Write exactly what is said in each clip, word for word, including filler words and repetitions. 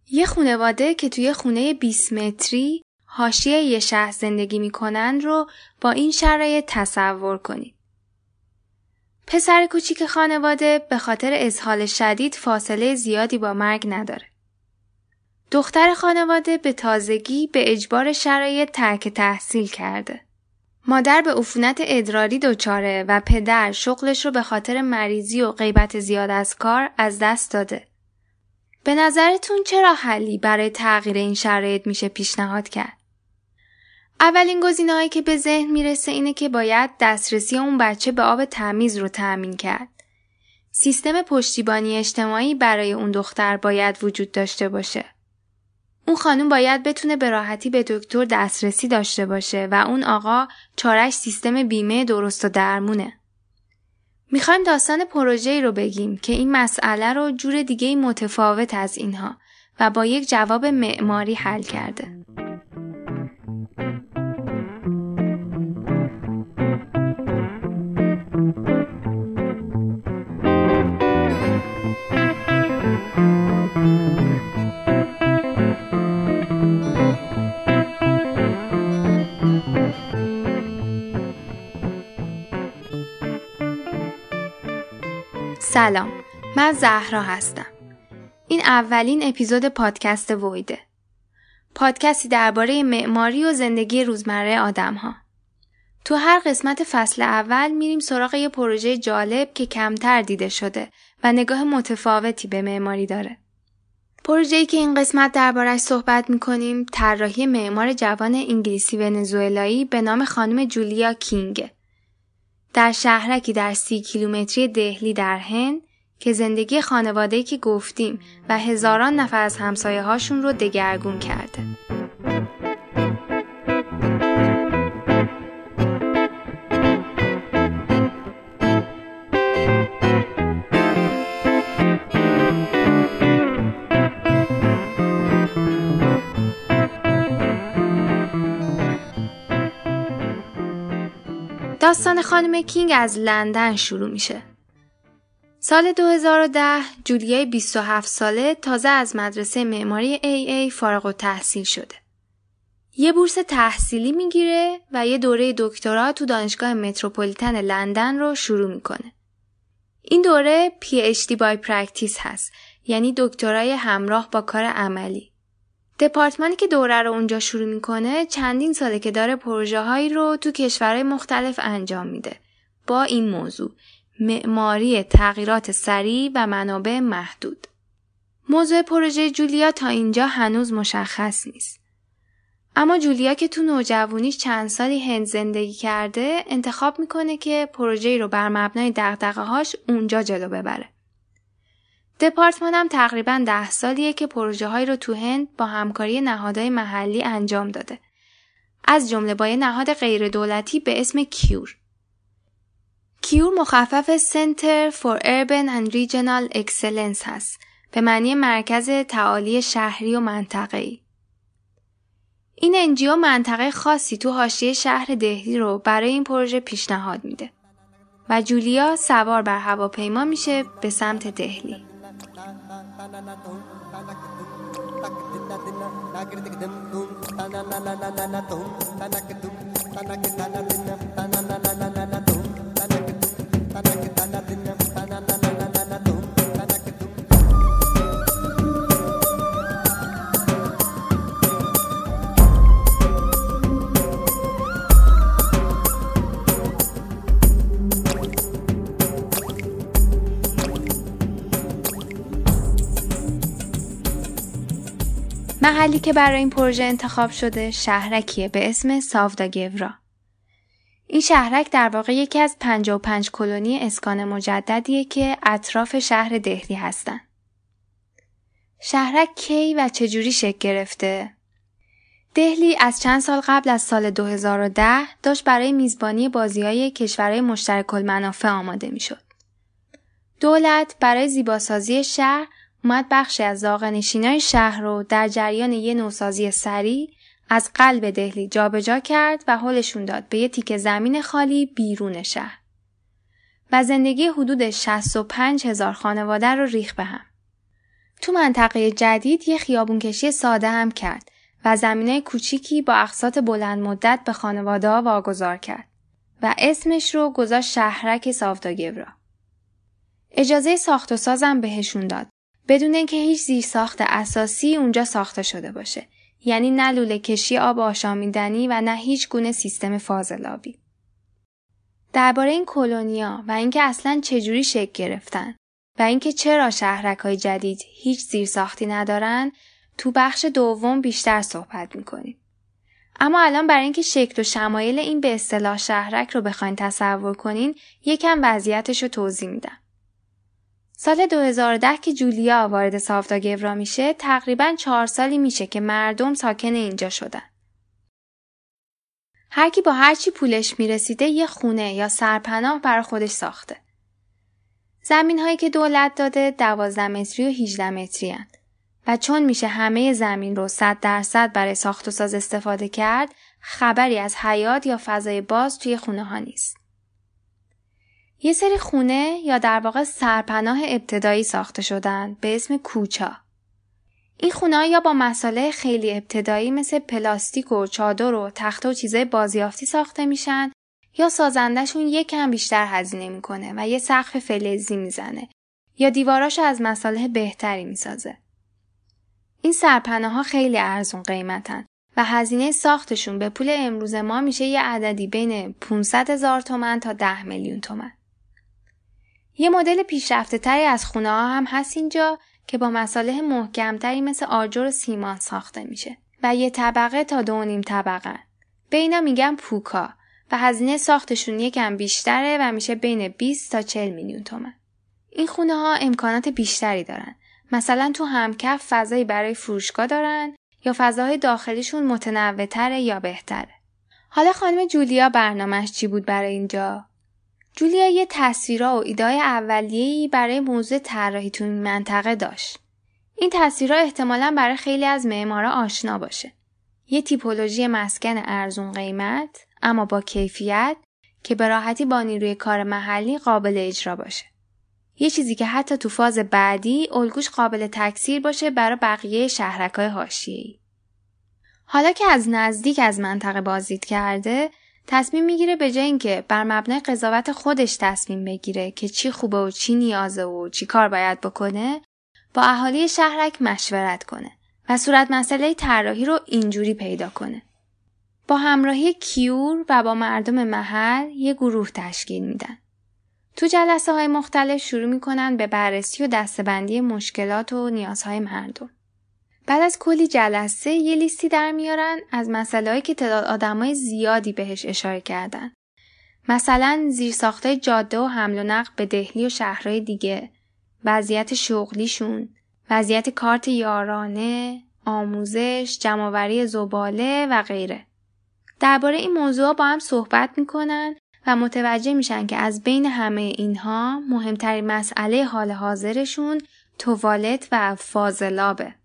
یه خانواده که توی خونه بیست متری حاشیه یه شهر زندگی میکنن رو با این شرایط تصور کنید. پسر کوچیک خانواده به خاطر اسهال شدید فاصله زیادی با مرگ نداره. دختر خانواده به تازگی به اجبار شرایط ترک تحصیل کرده. مادر به عفونت ادراری دچاره و پدر شغلش رو به خاطر مریضی و غیبت زیاد از کار از دست داده. به نظرتون چرا حلی برای تغییر این شرایط میشه پیشنهاد کرد؟ اولین گزینه‌هایی که به ذهن میرسه اینه که باید دسترسی اون بچه به آب تمیز رو تأمین کرد. سیستم پشتیبانی اجتماعی برای اون دختر باید وجود داشته باشه. اون خانم باید بتونه به راحتی به دکتر دسترسی داشته باشه و اون آقا چارش سیستم بیمه درست و درمونه. میخوایم داستان پروژه‌ای رو بگیم که این مسئله رو جور دیگه‌ای متفاوت از اینها و با یک جواب معماری حل کرده. سلام، من زهرا هستم. این اولین اپیزود پادکست ویده. پادکستی درباره معماری و زندگی روزمره آدم‌ها. تو هر قسمت فصل اول میریم سراغ یه پروژه جالب که کمتر دیده شده و نگاه متفاوتی به معماری داره. پروژه‌ای که این قسمت درباره‌اش صحبت می‌کنیم طراحی معمار جوان انگلیسی ونزوئلایی به نام خانم جولیا کینگ. در شهرکی در سی کیلومتری دهلی در هند که زندگی خانواده‌ای که گفتیم و هزاران نفر از همسایه‌هاشون رو دگرگون کرده. داستان خانم کینگ از لندن شروع میشه. سال دو هزار و ده جولیای بیست و هفت ساله تازه از مدرسه معماری ای ای فارغ التحصیل شده. یه بورس تحصیلی میگیره و یه دوره دکترا تو دانشگاه متروپولیتن لندن رو شروع میکنه. این دوره پی اچ دی بای پرکتیس هست، یعنی دکترای همراه با کار عملی. دپارتمانی که دوره رو اونجا شروع میکنه چندین ساله که داره پروژه هایی رو تو کشورهای مختلف انجام میده با این موضوع: معماری تغییرات سریع و منابع محدود. موضوع پروژه جولیا تا اینجا هنوز مشخص نیست. اما جولیا که تو نوجوانیش چند سالی هند زندگی کرده انتخاب میکنه که پروژه‌ای رو بر مبنای دغدغه‌هاش اونجا جلو ببره. دپارتمان هم تقریباً ده سالیه که پروژه هایی رو تو هند با همکاری نهادهای محلی انجام داده. از جمله با یه نهاد غیر دولتی به اسم کیور. کیور مخفف Center for Urban and Regional Excellence هست، به معنی مرکز تعالی شهری و منطقه‌ای. این انجیو منطقه خاصی تو حاشیه شهر دهلی رو برای این پروژه پیشنهاد میده و جولیا سوار بر هواپیما میشه به سمت دهلی. محلی که برای این پروژه انتخاب شده شهرکیه به اسم ساوداگورا. این شهرک در واقع یکی از پنجاه و پنج کلونی اسکان مجددیه که اطراف شهر دهلی هستن. شهرک کی و چجوری شکل گرفته؟ دهلی از چند سال قبل از سال دو هزار و ده داشت برای میزبانی بازی‌های کشورهای مشترک المنافع آماده میشد. دولت برای زیباسازی شهر اومد بخشی از زاغه‌نشینای شهر رو در جریان یه نوسازی سریع از قلب دهلی جابجا کرد و هلشون داد به یه تیکه زمین خالی بیرون شهر و زندگی حدود شصت و پنج هزار خانواده رو ریخت به هم. تو منطقه جدید یه خیابونکشی ساده هم کرد و زمینای کوچیکی با اقساط بلند مدت به خانواده‌ها واگذار کرد و اسمش رو گذاشت شهرک سافتاگورا. اجازه ساخت و سازم بهشون داد بدون اینکه هیچ زیرساخت اساسی اونجا ساخته شده باشه، یعنی نه لوله کشی آب آشامیدنی و نه هیچ گونه سیستم فاضلابی. درباره این کلونیا و اینکه اصلاً چجوری شکل گرفتن و اینکه چرا شهرک‌های جدید هیچ زیرساختی ندارن تو بخش دوم بیشتر صحبت میکنیم. اما الان برای اینکه شکل و شمایل این به اصطلاح شهرک رو بخواین تصور کنین یکم وضعیتش رو توضیح میدم. سال دو هزار و ده که جولیا وارد سافتاگورا میشه تقریباً چهار سالی میشه که مردم ساکن اینجا شدن. هر کی با هر چی پولش میرسیده یه خونه یا سرپناه برای خودش ساخته. زمین هایی که دولت داده دوازده متری و هجده متری هن. و چون میشه همه زمین رو صد درصد برای ساخت و ساز استفاده کرد، خبری از حیاط یا فضای باز توی خونه ها نیست. یه سری خونه یا در واقع سرپناه ابتدایی ساخته شدن به اسم کوچا. این خونه ها یا با مساله خیلی ابتدایی مثل پلاستیک و چادر و تخته و چیزای بازیافتی ساخته میشن یا سازندشون یکم بیشتر هزینه میکنه و یه سقف فلزی میزنه یا دیواراشو از مساله بهتری میسازه. این سرپناه ها خیلی ارزون قیمتن و هزینه ساختشون به پول امروز ما میشه یه عددی بین پانصد هزار تومان تا ده میلیون تومان. یه مدل پیشرفته تری از خونه ها هم هست اینجا که با مصالح محکمتری مثل آجر و سیمان ساخته میشه و یه طبقه تا دو و نیم طبقه. به اینا میگن پوکا و هزینه ساختشون یکم بیشتره و میشه بین بیست تا چهل میلیون تومان. این خونه ها امکانات بیشتری دارن. مثلا تو همکف فضایی برای فروشگاه دارن یا فضاهای داخلیشون متنوع‌تره یا بهتره. حالا خانم جولیا برنامه‌اش چی بود برای اینجا؟ جولیا یه تصویرها و ایده‌های اولیه‌ای برای موضوع طراحی تو این منطقه داشت. این تصویرها احتمالاً برای خیلی از معمارا آشنا باشه. یه تیپولوژی مسکن ارزون قیمت اما با کیفیت که به راحتی با نیروی کار محلی قابل اجرا باشه. یه چیزی که حتی تو فاز بعدی الگوش قابل تکثیر باشه برای بقیه شهرک‌های حاشیه‌ای. حالا که از نزدیک از منطقه بازدید کرده، تصمیم میگیره به جای اینکه بر مبنای قضاوت خودش تصمیم بگیره که چی خوبه و چی نیازه و چی کار باید بکنه، با اهالی شهرک مشورت کنه و صورت مسئله طراحی رو اینجوری پیدا کنه. با همراهی کیور و با مردم محل یه گروه تشکیل میدن. تو جلسه های مختلف شروع میکنن به بررسی و دسته‌بندی مشکلات و نیازهای مردم. بعد از کلی جلسه یه لیستی در میارن از مسائلی که تعداد آدمای زیادی بهش اشاره کردن. مثلا زیرساختای جاده و حمل و نقل به دهلی و شهرهای دیگه، وضعیت شغلیشون، وضعیت کارت یارانه، آموزش، جمع‌آوری زباله و غیره. درباره این موضوع با هم صحبت میکنن و متوجه میشن که از بین همه اینها مهمترین مسئله حال حاضرشون توالت و فاضلابه.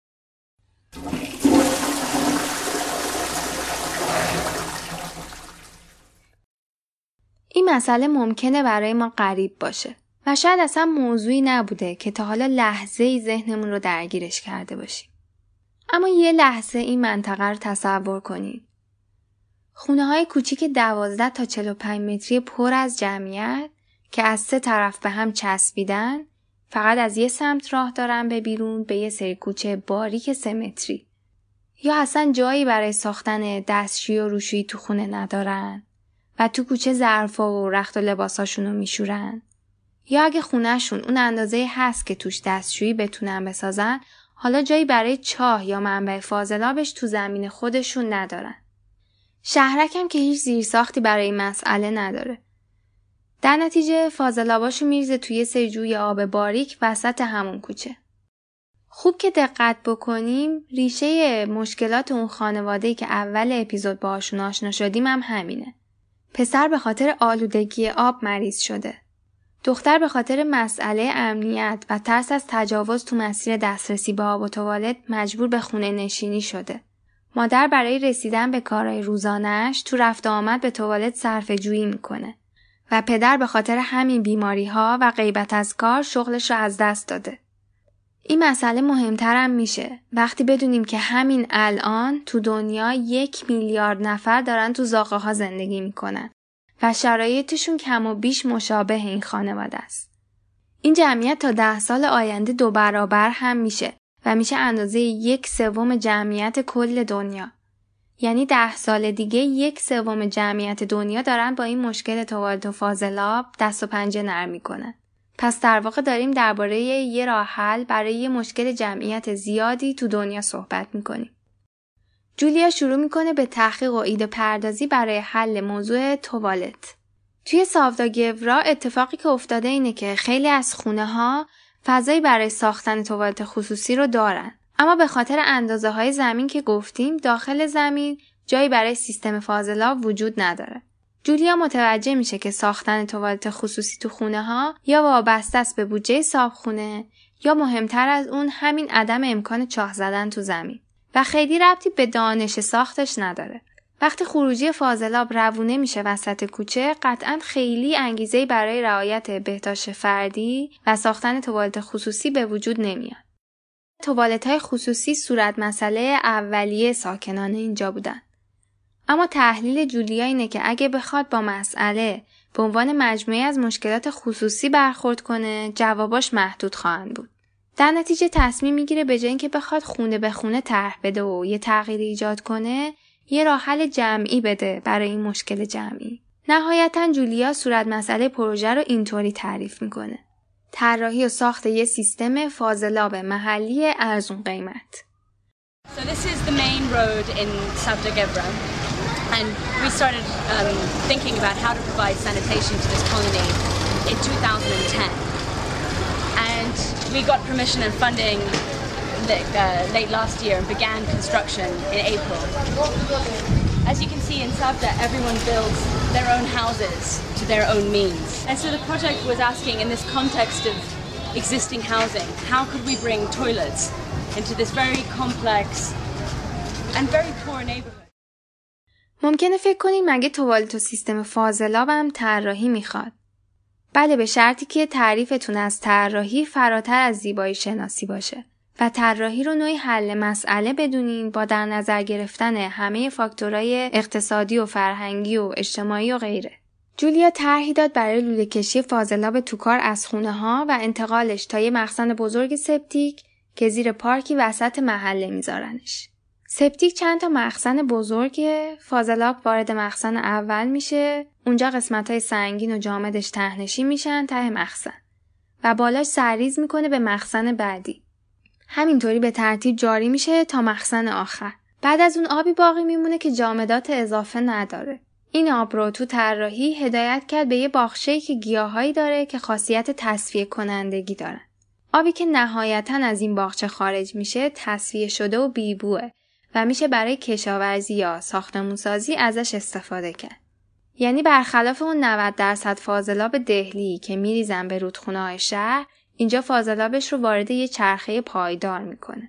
این مسئله ممکنه برای ما غریب باشه و شاید اصلا موضوعی نبوده که تا حالا لحظه‌ای ذهنمون رو درگیرش کرده باشیم. اما یه لحظه این منطقه رو تصور کنید. خونه های کوچیک دوازده تا چهل و پنج متری پر از جمعیت که از سه طرف به هم چسبیدن، فقط از یه سمت راه دارن به بیرون به یه سری کوچه باریک سه متری. یا اصلا جایی برای ساختن دستشویی و روشویی تو خونه ندارن و تو کوچه ظرفا و رخت و لباساشون رو میشورن. یا اگه خونهشون اون اندازه هست که توش دستشویی بتونن بسازن، حالا جایی برای چاه یا منبع فاضلابش تو زمین خودشون ندارن. شهرک هم که هیچ زیرساختی برای این مسئله نداره. در نتیجه فاضلاباشو میریزه توی یه سری جوی آب باریک وسط همون کوچه. خوب که دقت بکنیم ریشه مشکلات اون خانواده‌ای که اول اپیزود باهاشون آشنا شدیم هم همینه. پسر به خاطر آلودگی آب مریض شده. دختر به خاطر مسئله امنیت و ترس از تجاوز تو مسیر دسترسی به آب و توالت مجبور به خونه نشینی شده. مادر برای رسیدن به کارهای روزانه‌اش تو رفت و آمد به توالت صرفه جویی میکنه و پدر به خاطر همین بیماری‌ها و غیبت از کار شغلش رو از دست داده. این مسئله مهمترم میشه وقتی بدونیم که همین الان تو دنیا یک میلیارد نفر دارن تو زاغه ها زندگی میکنن و شرایطشون کم و بیش مشابه این خانواده است. این جمعیت تا ده سال آینده دو برابر هم میشه و میشه اندازه یک سوم جمعیت کل دنیا. یعنی ده سال دیگه یک سوم جمعیت دنیا دارن با این مشکل توالت و فاضلاب دست و پنجه نرم میکنن. پس در واقع داریم درباره یه راه حل برای یه مشکل جمعیت زیادی تو دنیا صحبت میکنیم. جولیا شروع میکنه به تحقیق و ایده پردازی برای حل موضوع توالت. توی ساوداگورا اتفاقی که افتاده اینه که خیلی از خونه ها فضایی برای ساختن توالت خصوصی رو دارن. اما به خاطر اندازه های زمین که گفتیم داخل زمین جایی برای سیستم فاضلاب وجود نداره. جولیا متوجه میشه که ساختن توالت خصوصی تو خونه ها یا وابسته است به بودجه صاحبخونه یا مهمتر از اون همین عدم امکان چاه زدن تو زمین و خیلی ربطی به دانش ساختش نداره. وقتی خروجی فاضلاب روونه میشه وسط کوچه قطعاً خیلی انگیزه‌ای برای رعایت بهداشت فردی و ساختن توالت خصوصی به وجود نمیاد. توالت‌های خصوصی صورت مسئله اولیه ساکنان اینجا بودن. اما تحلیل جولیا اینه که اگه بخواد با مسئله به عنوان مجموعه از مشکلات خصوصی برخورد کنه، جواباش محدود خواهند بود. در نتیجه تصمیم میگیره به جای اینکه بخواد خونه به خونه طرح بده و یه تغییر ایجاد کنه، یه راه حل جمعی بده برای این مشکل جمعی. نهایتاً جولیا صورت مسئله پروژه رو اینطوری تعریف میکنه: طراحی و ساخت یه سیستم فاضلاب محلی ارزون قیمت. So this is the main road in Saudagevra, and we started um, thinking about how to provide sanitation to this colony in two thousand ten. And we got permission and funding uh, late last year and began construction in April. As you can see in Savda, everyone builds their own houses to their own means. And so the project was asking, in this context of existing housing, how could we bring toilets into this very complex and very poor neighborhood. ممکنه فکر کنیم مگه توالت و سیستم فاضلاب هم طراحی میخواد؟ بله، به شرطی که تعریفتون از طراحی فراتر از زیبایی شناسی باشه و طراحی رو نوعی حل مسئله بدونین با در نظر گرفتن همه فاکتورهای اقتصادی و فرهنگی و اجتماعی و غیره. جولیا طرحی داد برای لوله کشی فاضلاب توکار از خونه ها و انتقالش تا یه مخزن بزرگ سپتیک که زیر پارکی وسط محله میذارنش. سپتیک چند تا مخزن بزرگه، فاضلاب وارد مخزن اول میشه، اونجا قسمت‌های سنگین و جامدش ته‌نشین میشن ته مخزن و بالاش سرریز میکنه به مخزن بعدی. همینطوری به ترتیب جاری میشه تا مخزن آخر. بعد از اون آبی باقی میمونه که جامدات اضافه نداره. این آب رو تو طراحی هدایت کرد به یه باغچه‌ای که گیاهایی داره که خاصیت تصفیه کنندگی دارن. آبی که نهایتاً از این باغچه خارج میشه تصفیه شده و بیبوه و میشه برای کشاورزی یا ساختمونسازی ازش استفاده کرد. یعنی برخلاف اون نود درصد فاضلاب دهلی که میریزن به رودخونه‌های شهر، اینجا فاضلابش رو وارد یه چرخه پایدار میکنه.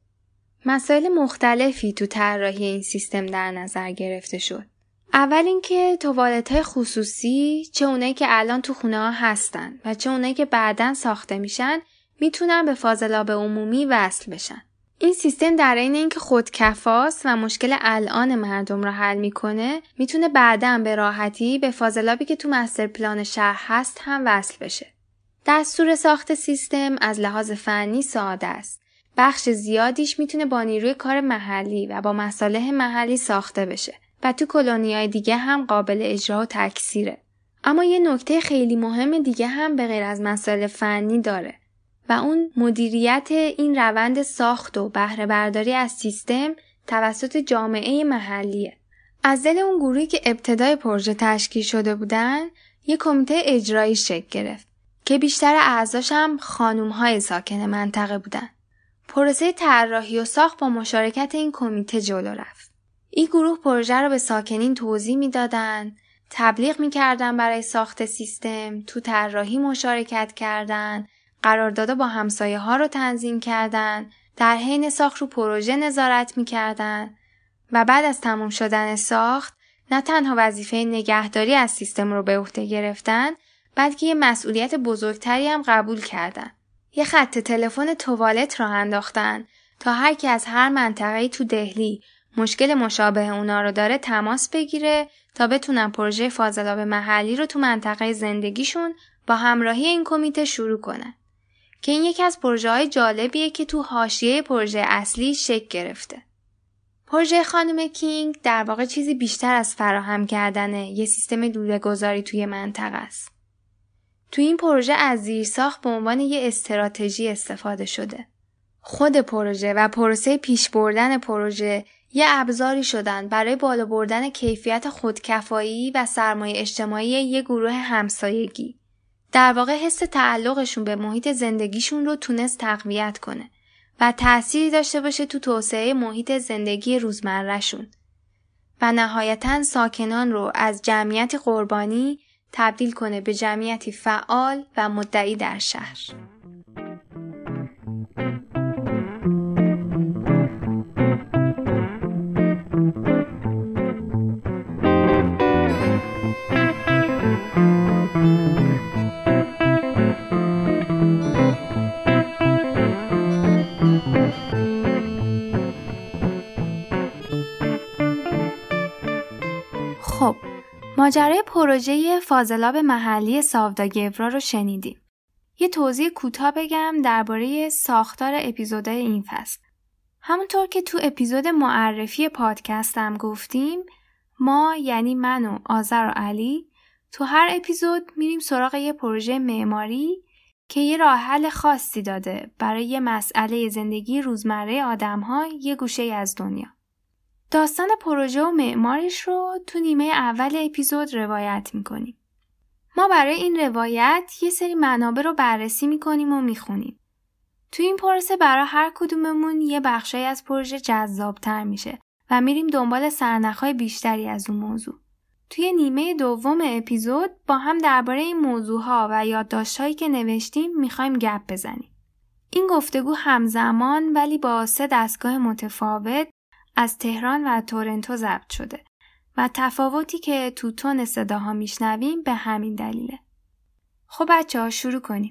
مسائل مختلفی تو طراحی این سیستم در نظر گرفته شد. اول اینکه توالت‌های خصوصی، چه اونایی که الان تو خونه‌ها هستن و چه اونایی که بعداً ساخته میشن، میتونن به فاضلاب عمومی وصل بشن. این سیستم در عین اینکه خودکفاست و مشکل الان مردم رو حل میکنه، میتونه بعداً به راحتی به فاضلابی که تو مستر پلان شهر هست هم وصل بشه. دستور ساخت سیستم از لحاظ فنی ساده است. بخش زیادیش میتونه با نیروی کار محلی و با مصالح محلی ساخته بشه و تو کلونیای دیگه هم قابل اجرا و تکثیره. اما یه نکته خیلی مهم دیگه هم به غیر از مسائل فنی داره و اون مدیریت این روند ساخت و بهره برداری از سیستم توسط جامعه محلیه. از دل اون گروهی که ابتدای پروژه تشکیل شده بودن، یه کمیته اجرایی شکل گرفت که بیشتر اعضاش هم خانوم‌های ساکن منطقه بودن. پروسه طراحی و ساخت با مشارکت این کمیته جلو رفت. این گروه پروژه رو به ساکنین توضیح میدادن، تبلیغ میکردن برای ساخت سیستم، تو طراحی مشارکت کردن، قرارداد با همسایه ها رو تنظیم کردن، در حین ساخت رو پروژه نظارت میکردن و بعد از تمام شدن ساخت نه تنها وظیفه نگهداری از سیستم رو به عهده گرفتن، بلکه یه مسئولیت بزرگتری هم قبول کردن. یه خط تلفن توالت راه انداختن تا هر کی از هر منطقه‌ای تو دهلی مشکل مشابه اونا رو داره تماس بگیره تا بتونن پروژه فاضلاب محلی رو تو منطقه زندگیشون با همراهی این کمیته شروع کنن. که این یکی از پروژه‌های جالبیه که تو حاشیه پروژه اصلی شکل گرفته. پروژه خانم کینگ در واقع چیزی بیشتر از فراهم کردن یه سیستم لوله‌گذاری توی منطقه است. تو این پروژه از زیرساخت به عنوان یه استراتژی استفاده شده. خود پروژه و پروسه پیش بردن پروژه یه ابزاری شدن برای بالا بردن کیفیت خودکفایی و سرمایه اجتماعی یه گروه همسایگی. در واقع حس تعلقشون به محیط زندگیشون رو تونست تقویت کنه و تأثیری داشته باشه تو توسعه محیط زندگی روزمره‌شون و نهایتاً ساکنان رو از جمعیتی قربانی تبدیل کنه به جمعیتی فعال و مدعی در شهر. خب، ماجرای پروژه فاضلاب محلی ساوداگورا رو شنیدیم. یه توضیح کوتاه بگم درباره ساختار اپیزودهای این فصل. همونطور که تو اپیزود معرفی پادکستم گفتیم، ما یعنی من و آذر و علی تو هر اپیزود میریم سراغ یه پروژه معماری که یه راه حل خاصی داده برای یه مسئله زندگی روزمره آدم‌ها یه گوشه از دنیا. داستان پروژه و معمارش رو تو نیمه اول اپیزود روایت میکنیم. ما برای این روایت یه سری منابع رو بررسی میکنیم و میخونیم. تو این پروسه برای هر کدوممون یه بخشی از پروژه جذابتر میشه و میریم دنبال سرنخ‌های بیشتری از اون موضوع. توی نیمه دوم اپیزود با هم درباره این موضوعها و یادداشت‌هایی که نوشتیم میخوایم گپ بزنیم. این گفتگو همزمان ولی با سه دستگاه متفاوت از تهران و تورنتو ضبط شده و تفاوتی که تو تون صداها میشنویم به همین دلیله. خب بچه‌ها شروع کنیم.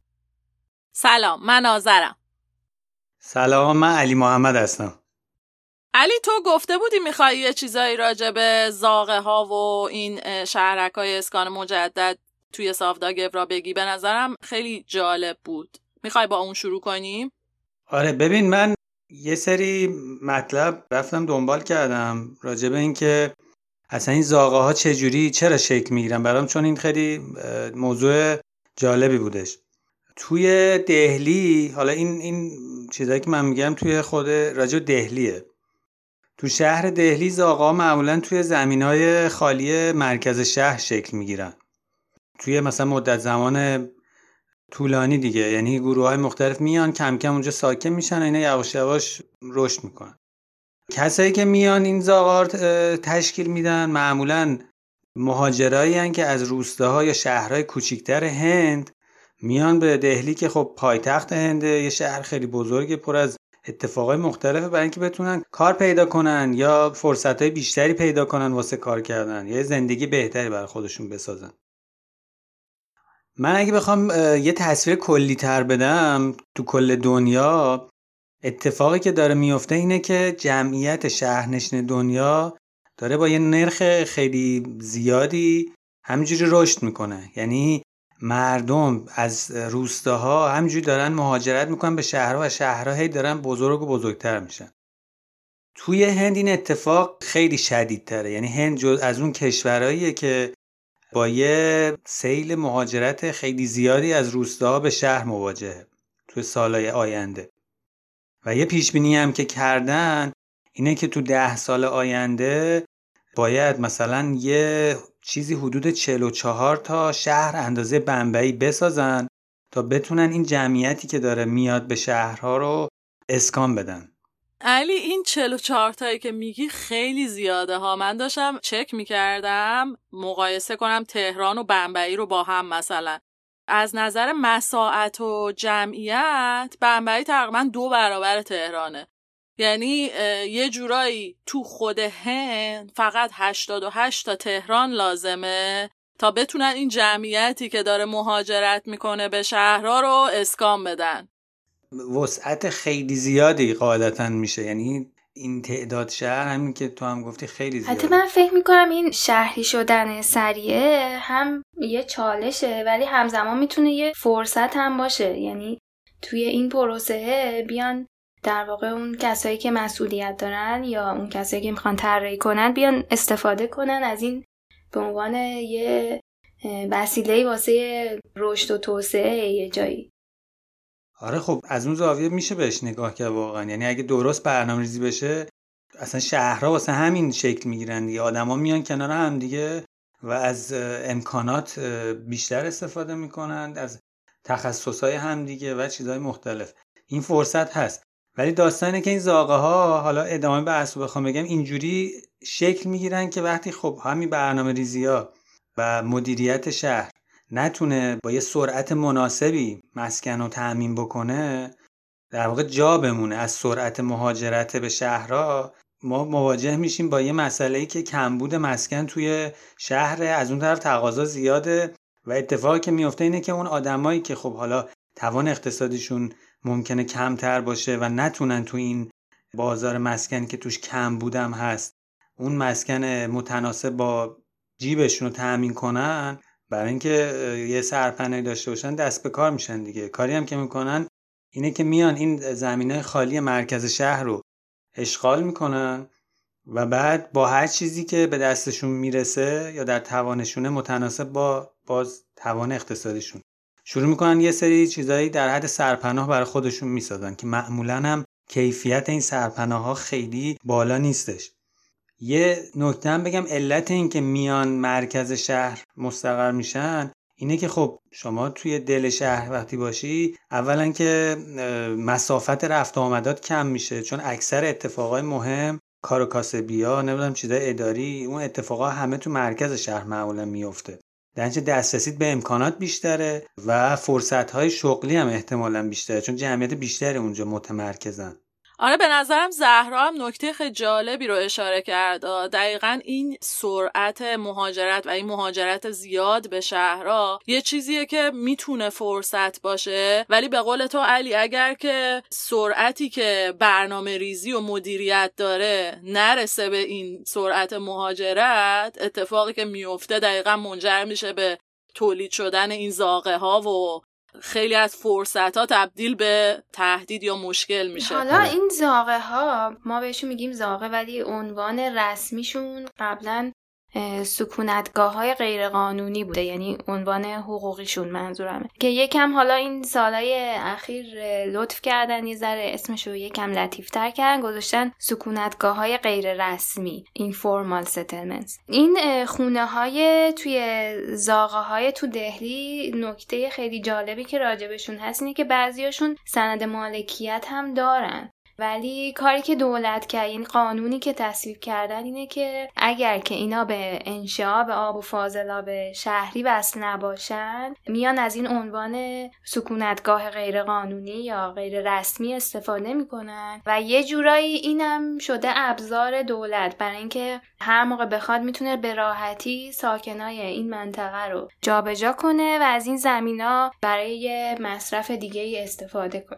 سلام، من آذرم. سلام، من علی محمد هستم. علی، تو گفته بودی میخوای یه چیزایی راجع به زاغه ها و این شهرک های اسکان مجدد توی ساوداگورا بگی. به نظرم خیلی جالب بود. میخوای با اون شروع کنیم؟ آره، ببین من یه سری مطلب رفتم دنبال کردم راجع به این که اصلا این زاغه ها چجوری چرا شکل میگیرن برام، چون این خیلی موضوع جالبی بودش. توی دهلی، حالا این این چیزایی که من میگم توی خود راجع به دهلیه. تو شهر دهلی زاغه ها معمولا توی زمینهای خالی مرکز شهر شکل میگیرن. توی مثلا مدت زمان طولانی دیگه، یعنی گروه های مختلف میان کم کم اونجا ساکن میشن و اینا یواش یواش رشد میکنن. کسایی که میان این زاغار تشکیل میدن معمولا مهاجرایی هن که از روستاها یا شهرهای کوچیکتر هند میان به دهلی که خب پایتخت هنده، یه شهر خیلی بزرگه پر از اتفاقای مختلفه، برای اینکه بتونن کار پیدا کنن یا فرصتهای بیشتری پیدا کنن واسه کار کردن یا زندگی بهتری برای خودشون بسازن. من اگه بخوام یه تصویر کلی تر بدم تو کل دنیا، اتفاقی که داره میفته اینه که جمعیت شهرنشین دنیا داره با یه نرخ خیلی زیادی همینجوری رشد میکنه. یعنی مردم از روستاها همینجوری دارن مهاجرت میکنن به شهرها و شهرها هی دارن بزرگ و بزرگتر میشن. توی هند این اتفاق خیلی شدیدتره. یعنی هند جز از اون کشورهاییه که با یه سیل مهاجرت خیلی زیادی از روستاها به شهر مواجهه توی سالهای آینده. و یه پیشبینی هم که کردن اینه که تو ده سال آینده باید مثلا یه چیزی حدود چهل و چهار تا شهر اندازه بمبئی بسازن تا بتونن این جمعیتی که داره میاد به شهرها رو اسکان بدن. علی، این چهل و چهار تایی که میگی خیلی زیاده ها. من داشتم چک میکردم مقایسه کنم تهران و بمبئی رو با هم. مثلا از نظر مساحت و جمعیت بمبئی تقریبا دو برابر تهرانه. یعنی یه جورایی تو خود هند فقط هشتاد و هشت تا تهران لازمه تا بتونن این جمعیتی که داره مهاجرت میکنه به شهرها رو اسکان بدن. وسعت خیلی زیادی قاعدتاً میشه، یعنی این تعداد شهر همین که تو هم گفتی خیلی زیاده. حتی من فکر میکنم این شهری شدن سریعه هم یه چالشه ولی همزمان میتونه یه فرصت هم باشه. یعنی توی این پروسه بیان در واقع اون کسایی که مسئولیت دارن یا اون کسایی که میخوان طراحی کنن بیان استفاده کنن از این به عنوان یه وسیله واسه رشد و توسعه یه جایی. آره خب از اون زاویه میشه بهش نگاه کرد واقعا. یعنی اگه درست برنامه‌ریزی بشه اصلا شهرها واسه همین شکل میگیرن دیگه. آدما میان کنار هم دیگه و از امکانات بیشتر استفاده میکنن، از تخصصهای هم دیگه و چیزهای مختلف. این فرصت هست. ولی داستان اینه که این زاغه ها، حالا ادامه بحث رو بخوام بگم، اینجوری شکل میگیرن که وقتی خب همین برنامه‌ریزی ها و مدیریت شهر نتونه با یه سرعت مناسبی مسکن رو تأمین بکنه، در واقع جا بمونه از سرعت مهاجرت به شهرها، ما مواجه میشیم با یه مسئله‌ای که کمبود مسکن توی شهر، از اون طرف تقاضا زیاده و اتفاقی که میفته اینه که اون آدمایی که خب حالا توان اقتصادیشون ممکنه کمتر باشه و نتونن تو این بازار مسکن که توش کمبودم هست اون مسکن متناسب با جیبشون رو تأمین کنن، برای اینکه یه سرپناهی داشته باشن دست به کار میشن دیگه. کاری هم که میکنن اینه که میان این زمینای خالی مرکز شهر رو اشغال میکنن و بعد با هر چیزی که به دستشون میرسه یا در توانشونه متناسب با باز توان اقتصادیشون شروع میکنن یه سری چیزایی در حد سرپناه برای خودشون میسازن که معمولاً هم کیفیت این سرپناه ها خیلی بالا نیستش. یه نکته هم بگم، علت این که میان مرکز شهر مستقر میشن اینه که خب شما توی دل شهر وقتی باشی اولا که مسافت رفت و آمدات کم میشه، چون اکثر اتفاقای مهم، کار و کاسبی‌ها، نمیدونم چیزای اداری، اون اتفاقا همه تو مرکز شهر معمولا میفته. در نتیجه دسترسی به امکانات بیشتره و فرصت‌های شغلی هم احتمالاً بیشتره چون جمعیت بیشتری اونجا متمرکزن. آره به نظرم زهرا هم نکته خیلی جالبی رو اشاره کرد. دقیقاً این سرعت مهاجرت و این مهاجرت زیاد به شهرها یه چیزیه که میتونه فرصت باشه، ولی به قول تو علی اگر که سرعتی که برنامه ریزی و مدیریت داره نرسه به این سرعت مهاجرت، اتفاقی که میفته دقیقاً منجر میشه به تولید شدن این زاغه ها و خیلی از فرصت ها تبدیل به تهدید یا مشکل میشه. حالا این زاغه ها ما بهشون میگیم زاغه ولی عنوان رسمیشون قبلا سکونتگاه های غیر قانونی بوده، یعنی عنوان حقوقیشون منظورمه، که یکم حالا این سالهای اخیر لطف کردن یه ذره اسمشو یکم لطیفتر کردن، گذاشتن سکونتگاه های غیر رسمی، informal settlements. این خونه های توی زاغه های تو دهلی نکته خیلی جالبی که راجبشون هست اینه که بعضیاشون سند مالکیت هم دارن، ولی کاری که دولت کرد، یعنی قانونی که تصویب کردن اینه که اگر که اینا به انشعاب آب و فاضلاب شهری وصل نباشن میان از این عنوان سکونتگاه غیر قانونی یا غیر رسمی استفاده میکنن و یه جورایی اینم شده ابزار دولت برای اینکه هر موقع بخواد میتونه به راحتی ساکنای این منطقه رو جابجا کنه و از این زمینا برای مصرف دیگه‌ای استفاده کنه.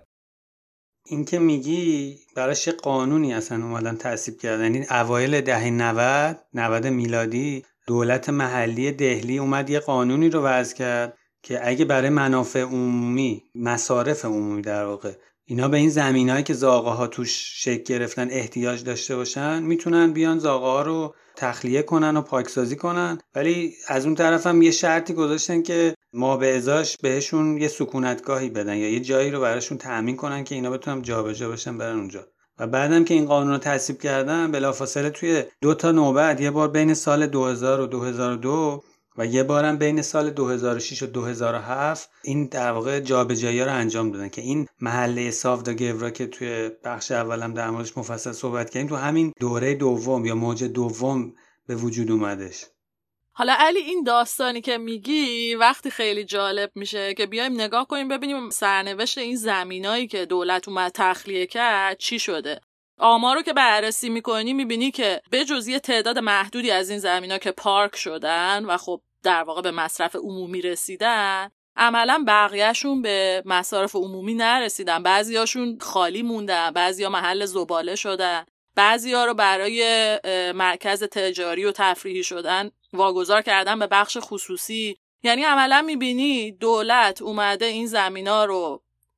این که میگی براش قانونی اصلا اومدن تصویب کردن. این اوایل دهه نود نود میلادی دولت محلی دهلی اومد یه قانونی رو وضع کرد که اگه برای منافع عمومی، مصارف عمومی در واقع، اینا به این زمینایی که زاغه ها توش شکل گرفتن احتیاج داشته باشن میتونن بیان زاغه ها رو تخلیه کنن و پاکسازی کنن، ولی از اون طرف هم یه شرطی گذاشتن که ما به ازاش بهشون یه سکونتگاهی بدن یا یه جایی رو براشون تأمین کنن که اینا بتونن جابجا بشن برن اونجا. و بعدم که این قانون رو تصویب کردن بلافاصله توی دو تا نوبت، یه بار بین سال دو هزار و دو هزار و دو و یه بارم بین سال دو هزار و شش و دو هزار و هفت این در واقع جابجایی‌ها رو انجام دادن که این محله ساوداگورا که توی بخش اولم در موردش مفصل صحبت کردیم تو همین دوره دوم یا موج دوم به وجود اومدش. حالا علی این داستانی که میگی وقتی خیلی جالب میشه که بیایم نگاه کنیم ببینیم سرنوشت این زمینایی که دولت اومد تخلیه کرد چی شده. آمارو که بررسی میکنی میبینی که به جز یه تعداد محدودی از این زمینا که پارک شدن و خب در واقع به مصرف عمومی رسیدن، عملا بقیهشون به مصارف عمومی نرسیدن. بعضیاشون خالی موندن، بعضیا محل زباله شدن، بعضیا رو برای مرکز تجاری و تفریحی شدن واگذار کردن به بخش خصوصی. یعنی عملا میبینی دولت اومده این زمینا رو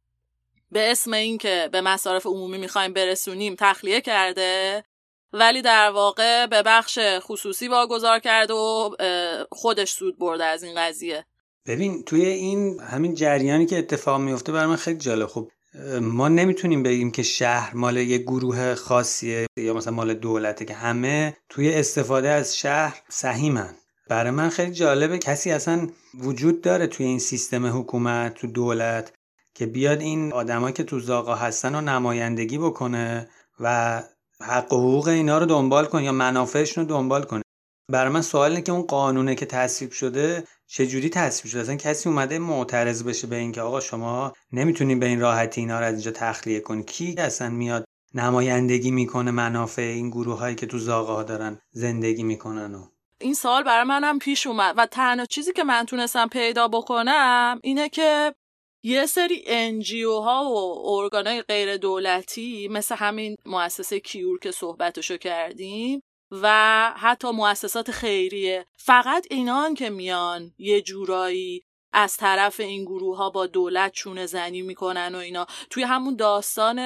به اسم این که به مصارف عمومی میخوایم برسونیم تخلیه کرده، ولی در واقع به بخش خصوصی واگذار کرده و خودش سود برده از این قضیه. ببین توی این همین جریانی که اتفاق میفته برای من خیلی جالب. خب ما نمیتونیم بگیم که شهر مال یه گروه خاصیه یا مثلا مال دولته که همه توی استفاده از شهر سهیمن. برای من خیلی جالبه کسی اصلا وجود داره توی این سیستم حکومت، تو دولت، که بیاد این آدمایی که تو زاغا هستن رو نمایندگی بکنه و حق و حقوق اینا رو دنبال کنه یا منافعشون رو دنبال کنه. برای من سوال اینه که اون قانونه که تصویب شده چجوری تصویب شده؟ اصلا کسی اومده معترض بشه به این که آقا شما نمیتونین به این راحتی اینا رو از اینجا تخلیه کنی؟ کی اصلا میاد نمایندگی میکنه منافع این گروهایی که تو زاغا دارن زندگی میکنن؟ و این سوال برای منم پیش اومد و تنها چیزی که من تونستم پیدا بکنم اینه که یه سری ان جی او ها و ارگانهای غیر دولتی مثل همین مؤسسه کیور که صحبتشو کردیم و حتی مؤسسات خیریه، فقط اینان که میان یه جورایی از طرف این گروه ها با دولت چونه زنی میکنن و اینا. توی همون داستان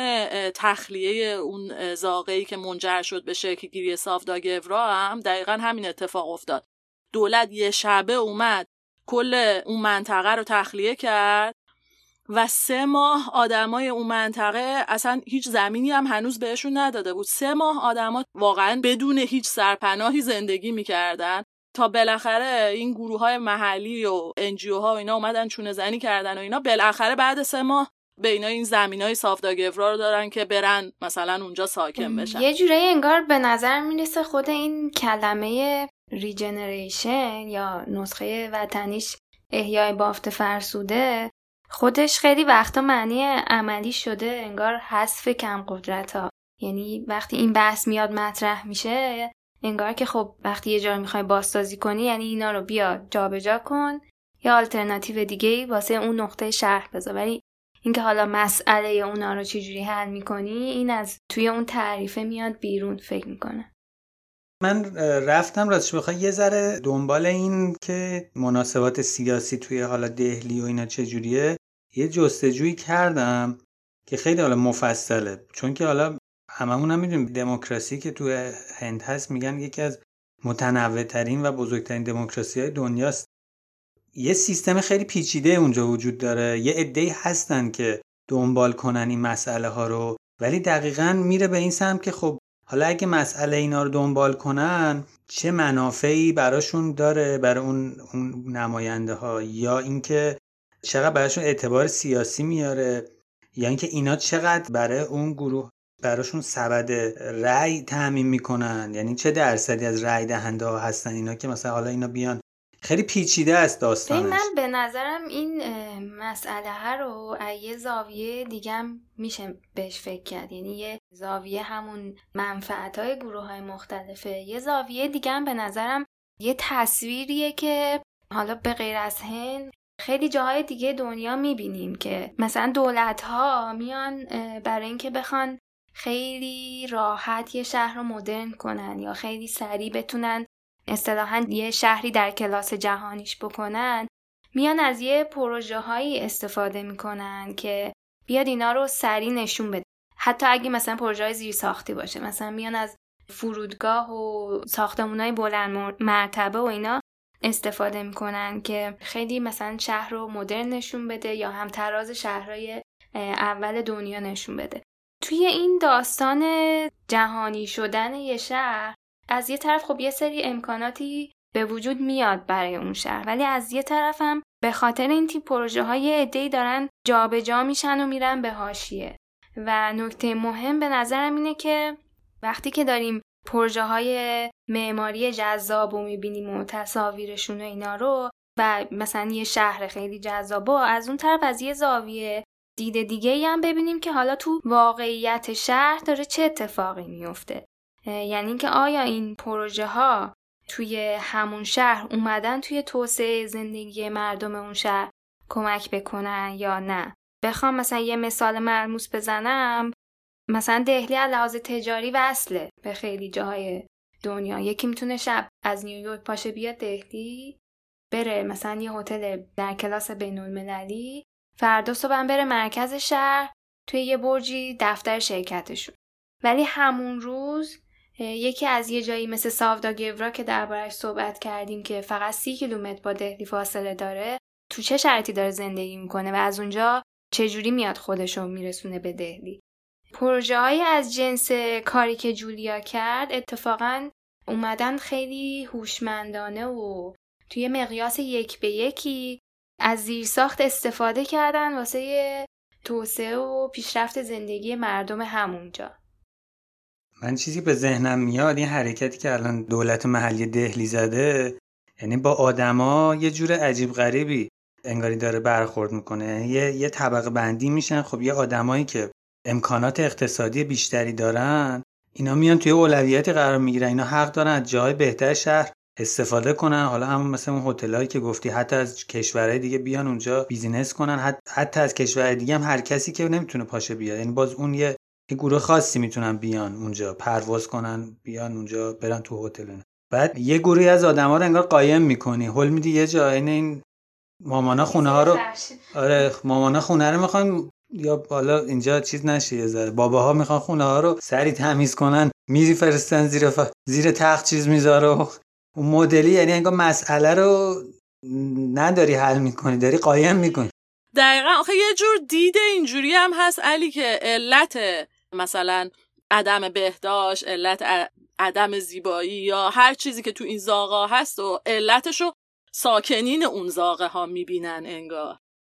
تخلیه اون زاغه‌ای که منجر شد به شکل‌گیری سافتاگورا هم دقیقا همین اتفاق افتاد. دولت یه شبه اومد کل اون منطقه رو تخلیه کرد و سه ماه آدمای اون منطقه اصلا هیچ زمینی هم هنوز بهشون نداده بود. سه ماه آدما واقعا بدون هیچ سرپناهی زندگی میکردن تا بالاخره این گروه‌های محلی و ان جی او ها و اینا اومدن چونه زنی کردن و اینا بالاخره بعد سه ماه به اینا این زمینای سافتاگورا رو دارن که برن مثلا اونجا ساکن بشن. یه جورایی انگار به نظر میرسه خود این کلمه ریجنریشن یا نسخه وطنیش احیای بافت فرسوده خودش خیلی وقتا معنی عملی شده، انگار حذف کم قدرت ها. یعنی وقتی این بحث میاد مطرح میشه انگار که خب وقتی یه جا میخوای بازسازی کنی یعنی اینا رو بیا جابجا کن یا آلترناتیو دیگه‌ای واسه اون نقطه شرح بذار. ولی اینکه حالا مسئله اونا رو چجوری حل میکنی این از توی اون تعریفه میاد بیرون فکر میکنه. من رفتم راستش بخوای یه ذره دنبال این که مناسبات سیاسی توی حالا دهلی و اینا چجوریه یه جستجویی کردم که خیلی حالا مفصله، چون که حالا هممون هم میدونیم دموکراسی که توی هند هست میگن یکی از متنوع‌ترین و بزرگترین دموکراسی‌های دنیاست. یه سیستم خیلی پیچیده اونجا وجود داره، یه عده‌ای هستن که دنبال کنن این مسئله ها رو، ولی دقیقاً میره به این سمت که خب حالا اگه مسئله اینا رو دنبال کنن چه منافعی براشون داره برای اون اون نماینده ها، یا اینکه چقدر براشون اعتبار سیاسی میاره، یا اینکه اینا چقدر برای اون گروه براشون سبد رأی تامین میکنن، یعنی چه درصدی از رأی دهنده ها هستن اینا که مثلا حالا اینا بیان. خیلی پیچیده است داستانش. من به نظرم این مسئله ها رو از یه زاویه دیگه میشه بهش فکر کرد، یعنی یه زاویه همون منفعت‌های گروه‌های مختلفه، یه زاویه دیگه هم به نظرم یه تصویریه که حالا به غیر از هند خیلی جاهای دیگه دنیا میبینیم که مثلا دولت‌ها میان برای اینکه بخوان خیلی راحت یه شهر رو مدرن کنن یا خیلی سریع بتونن اصطلاحاً یه شهری در کلاس جهانیش بکنن، میان از یه پروژه هایی استفاده میکنن که بیاد اینا رو سریع نشون بده. حتی اگه مثلا پروژه های زیر ساختی باشه، مثلا میان از فرودگاه و ساختمونای بلند مرتبه و اینا استفاده میکنن که خیلی مثلا شهر رو مدرن نشون بده یا هم تراز شهرهای اول دنیا نشون بده. توی این داستان جهانی شدن یه شهر از یه طرف خب یه سری امکاناتی به وجود میاد برای اون شهر، ولی از یه طرف هم به خاطر این تیپ پروژه های عده‌ای دارن جابجا میشن و میرن به حاشیه. و نکته مهم به نظرم اینه که وقتی که داریم پروژه های معماری جذاب و میبینیم و تصاویرشون و اینا رو و مثلا یه شهر خیلی جذابه، از اون طرف از یه زاویه دید دیگه‌ای هم ببینیم که حالا تو واقعیت شهر داره چه اتفاقی میفته. یعنی که آیا این پروژه ها توی همون شهر اومدن توی توسعه زندگی مردم اون شهر کمک بکنن یا نه. بخوام مثلا یه مثال ملموس بزنم، مثلا دهلی از لحاظ تجاری وصله به خیلی جاهای دنیا. یکی میتونه شب از نیویورک پاشه بیاد دهلی، بره مثلا یه هتل در کلاس بین‌المللی، فردا صبح بره مرکز شهر توی یه برجی دفتر شرکتشون. ولی همون روز یکی از یه جایی مثل ساوداگورا که دربارش صحبت کردیم که فقط سی کیلومتر با دهلی فاصله داره، تو چه شرایطی داره زندگی میکنه و از اونجا چجوری میاد خودشو میرسونه به دهلی. پروژه های از جنس کاری که جولیا کرد اتفاقاً اومدن خیلی هوشمندانه و توی مقیاس یک به یکی از زیرساخت استفاده کردن واسه توسعه و پیشرفت زندگی مردم همونجا. من چیزی به ذهنم میاد این حرکتی که الان دولت محلی دهلی زده، یعنی با آدما یه جور عجیب غریبی انگاری داره برخورد میکنه. یعنی یه, یه طبقه بندی میشن. خب یه آدمایی که امکانات اقتصادی بیشتری دارن، اینا میان توی اولویتی قرار میگیرن. اینا حق دارن از جای بهتر شهر استفاده کنن. حالا همون مثلا اون هتلایی که گفتی، حتی از کشورهای دیگه بیان اونجا بیزینس کنن، حتی از کشورهای دیگه هم هر کسی که نمیتونه پاشه بیاد، یعنی باز اون یه یه گروه خاصی میتونن بیان اونجا پرواز کنن، بیان اونجا برن تو هتل. بعد یه گروهی از آدما رو انگار قایم میکنی، هول میدی یه جا. این مامانا خونه ها رو آره مامانا خونه رو میخوان یا بالا اینجا چیز نشه، یه ذره باباها میخوان خونه ها رو سری تمیز کنن، میری فرستن زیر ف... زیر تخت چیز میذاره. اون مدلی، یعنی انگار مسئله رو نداری حل میکنی، داری قایم میکنی. دقیقاً. آخه یه جور دید اینجوری هم هست علی که علت مثلا عدم بهداشت، علت عدم زیبایی یا هر چیزی که تو این زاغا هست و علتشو ساکنین اون زاغه ها میبینن انگار،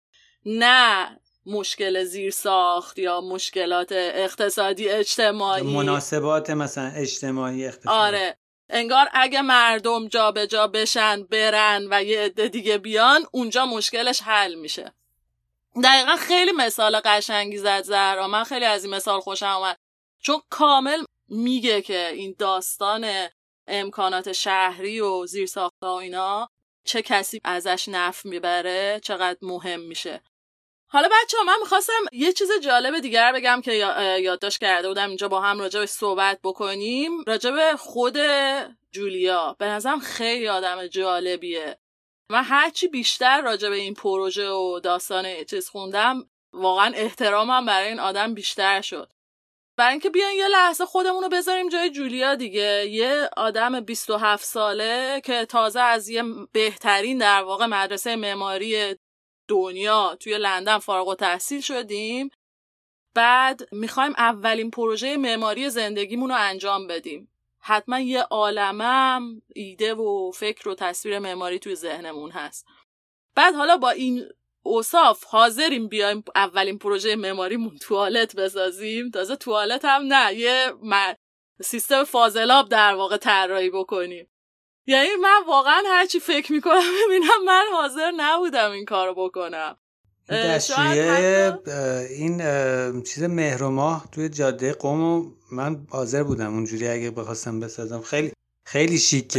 نه مشکل زیر ساخت یا مشکلات اقتصادی اجتماعی، مناسبات مثلا اجتماعی اقتصادی. آره انگار اگه مردم جا به جا بشن برن و یه عده دیگه بیان اونجا مشکلش حل میشه. دقیقا خیلی مثال قشنگی زد زهرا. من خیلی از این مثال خوشم اومد چون کامل میگه که این داستان امکانات شهری و زیرساخت‌ها و اینا چه کسی ازش نفع میبره، چقدر مهم میشه. حالا بچه‌ها من میخواستم یه چیز جالب دیگر بگم که یادداشت کرده بودم اینجا با هم راجع به صحبت بکنیم، راجع به خود جولیا. به نظرم خیلی آدم جالبیه. من هرچی بیشتر راجع به این پروژه و داستان چیز خوندم، واقعا احترامم برای این آدم بیشتر شد. برای اینکه بیان یه لحظه خودمون رو بذاریم جای جولیا دیگه، یه آدم بیست و هفت ساله که تازه از یه بهترین در واقع مدرسه معماری دنیا توی لندن فارغ التحصیل شدیم، بعد میخوایم اولین پروژه معماری زندگیمون رو انجام بدیم. حتما یه عالمم ایده و فکر و تصویر معماری توی ذهنمون هست. بعد حالا با این اوصاف حاضریم بیایم اولین پروژه معماریمون توالت بسازیم، تازه توالت هم نه، یه م... سیستم فاضلاب در واقع طراحی بکنیم. یعنی من واقعا هرچی فکر میکنم ببینم من حاضر نبودم این کارو بکنم. دستشویه این چیز مهر و ماه توی جاده قم من حاضر بودم اونجوری اگه بخواستم بسازم. خیلی خیلی شیکه.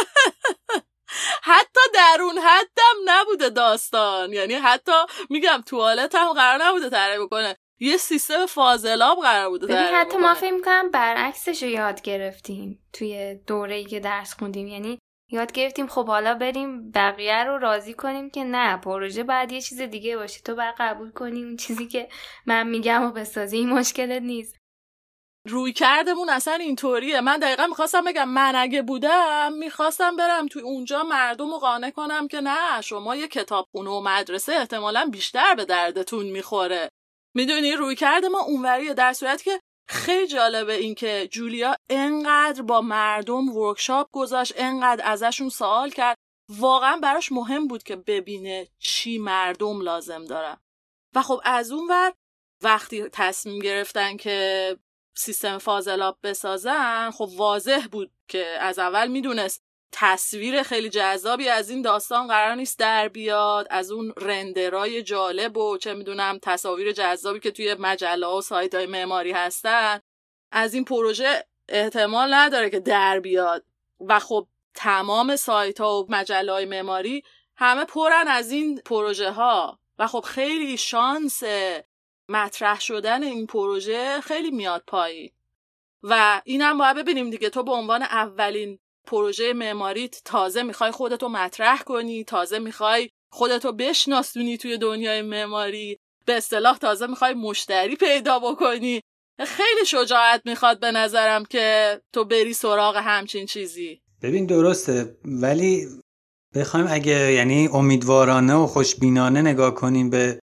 حتی در اون حدم نبوده داستان، یعنی حتی میگم توالت هم قرار نبوده طراحی بکنه، یه سیستم فاضلاب قرار بوده طراحی بکنه. حتی ما فکر می‌کنم برعکسش رو یاد گرفتیم توی دوره‌ای که درس خوندیم. یعنی یاد گرفتیم خب حالا بریم بقیه رو راضی کنیم که نه، پروژه باید یه چیز دیگه باشه، تو باید قبول کنی اون چیزی که من میگم و بسازی، این مشکلت نیست. روی کردمون اصلا اینطوریه. من دقیقا میخواستم بگم من اگه بودم میخواستم برم توی اونجا مردم رو قانع کنم که نه، شما یه کتابخونه و مدرسه احتمالاً بیشتر به دردتون میخوره. میدونی روی کرده ما اونوریه. در صورتی که خیلی جالبه این که جولیا انقدر با مردم ورکشاپ گذاشت، انقدر ازشون سوال کرد، واقعا براش مهم بود که ببینه چی مردم لازم دارن. و خب از اون ور وقتی تصمیم گرفتن که سیستم فاضلاب بسازن، خب واضح بود که از اول میدونست تصویر خیلی جذابی از این داستان قرار نیست در بیاد، از اون رندرای جالب و چه میدونم تصاویر جذابی که توی مجله و سایت های معماری هستن، از این پروژه احتمال نداره که در بیاد. و خب تمام سایت ها و مجله های معماری همه پرن از این پروژه ها و خب خیلی شانس مطرح شدن این پروژه خیلی میاد پایین و اینم باید ببینیم دیگه. تو به عنوان اولین پروژه معماریت تازه میخوای خودتو مطرح کنی، تازه میخوای خودتو بشناسونی توی دنیای معماری، به اصطلاح تازه میخوای مشتری پیدا بکنی. خیلی شجاعت میخواد به نظرم که تو بری سراغ همچین چیزی. ببین درسته، ولی بخوایم اگه یعنی امیدوارانه و خوشبینانه نگاه کنیم به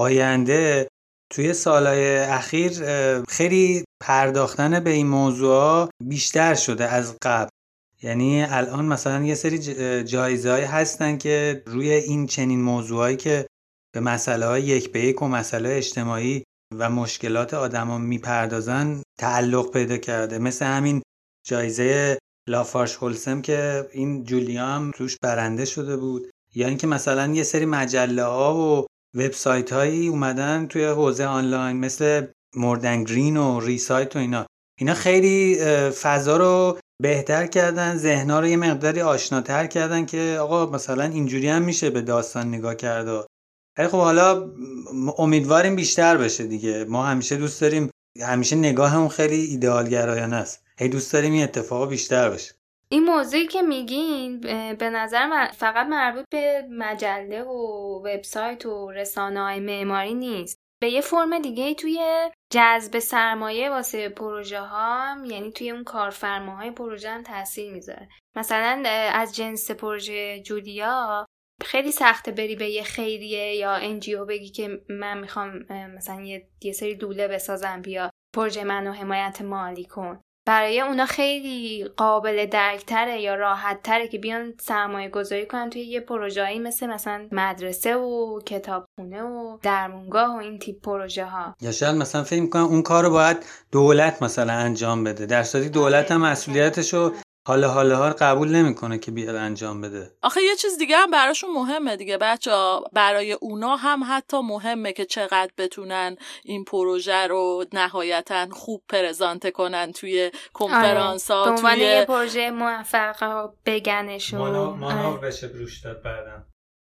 آینده، توی سالهای اخیر خیلی پرداختن به این موضوع بیشتر شده از قبل. یعنی الان مثلا یه سری جایزه‌ای هستن که روی این چنین موضوعایی که به مسائل یک به یک و مسائل اجتماعی و مشکلات آدما میپردازن تعلق پیدا کرده، مثل همین جایزه لافارش هولسم که این جولیا هم توش برنده شده بود، یا اینکه مثلا یه سری مجله ها و وبسایت هایی اومدن توی حوزه آنلاین مثل موردن گرین و ریسایت و اینا اینا خیلی فضا رو بهتر کردن، ذهن‌ها رو یه مقداری آشناتر کردن که آقا مثلا اینجوری هم میشه به داستان نگاه کرد. خب حالا امیدواریم بیشتر بشه دیگه. ما همیشه دوست داریم، همیشه نگاهمون خیلی ایدئالگرایانه است، هی دوست داریم این اتفاقا بیشتر بشه. این موضوعی که میگین به نظر من فقط مربوط به مجله و وبسایت و رسانه‌های معماری نیست، به یه فرم دیگه توی جذب سرمایه واسه پروژه ها، یعنی توی اون کارفرماهای پروژه هم تاثیر میذاره. مثلا از جنس پروژه جولیا خیلی سخته بری به یه خیریه یا انجیو بگی که من میخوام مثلا یه, یه سری دوله بسازم بیا پروژه منو حمایت مالی کن. برای اونا خیلی قابل درکتره یا راحت تره که بیان سرمایه گذاری کنن توی یه پروژه‌ای مثل مثلا مدرسه و کتابخونه و درمونگاه و این تیپ پروژه ها. یا شاید مثلا فکر می‌کنم اون کارو باید دولت مثلا انجام بده، در صورتی دولت هم مسئولیتشو حالا حالا ها قبول نمیکنه که بیاد انجام بده. آخه یه چیز دیگه هم براشون مهمه دیگه بچه‌ها، برای اونا هم حتی مهمه که چقدر بتونن این پروژه رو نهایتاً خوب پرزنت کنن توی کنفرانس‌ها، آره. توی یه پروژه موفق بگنشون مانا مانا بشه بروش داد بعدم.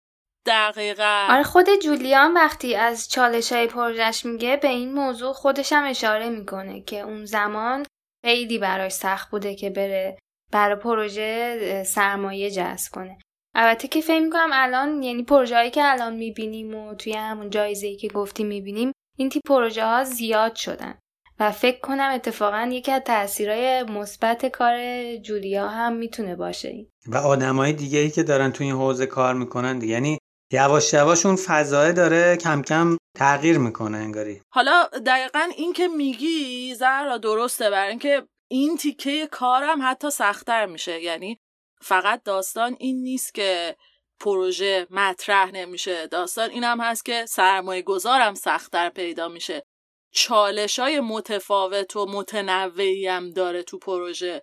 دقیقاً. آره خود جولیان وقتی از چالش‌های پروژهش میگه به این موضوع خودش هم اشاره میکنه که اون زمان خیلی براش سخت بوده که بره برای پروژه سرمایه جذب کنه. البته که فکر می‌کنم الان یعنی پروژه‌ای که الان می‌بینیم و توی همون جایزه‌ای که گفتی می‌بینیم این تیپ پروژه‌ها زیاد شدن و فکر کنم اتفاقاً یکی از تأثیرهای مثبت کار جولیا هم میتونه باشه. و آدمای دیگه‌ای که دارن توی این حوزه کار میکنن دیگه، یعنی یواش یواش اون فضا داره کم کم تغییر میکنه انگاری. حالا دقیقاً این که میگی زهرا درسته، برای اینکه این تیکه کارم حتی سخت‌تر میشه. یعنی فقط داستان این نیست که پروژه مطرح نمیشه، داستان این هم هست که سرمایه گذارم سخت‌تر پیدا میشه، چالش‌های متفاوت و متنوعی هم داره تو پروژه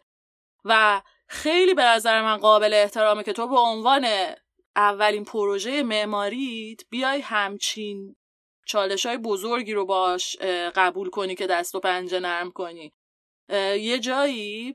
و خیلی به نظر من قابل احترامه که تو به عنوان اولین پروژه معماریت بیای همچین چالش‌های بزرگی رو باش قبول کنی که دست و پنجه نرم کنی. یه جایی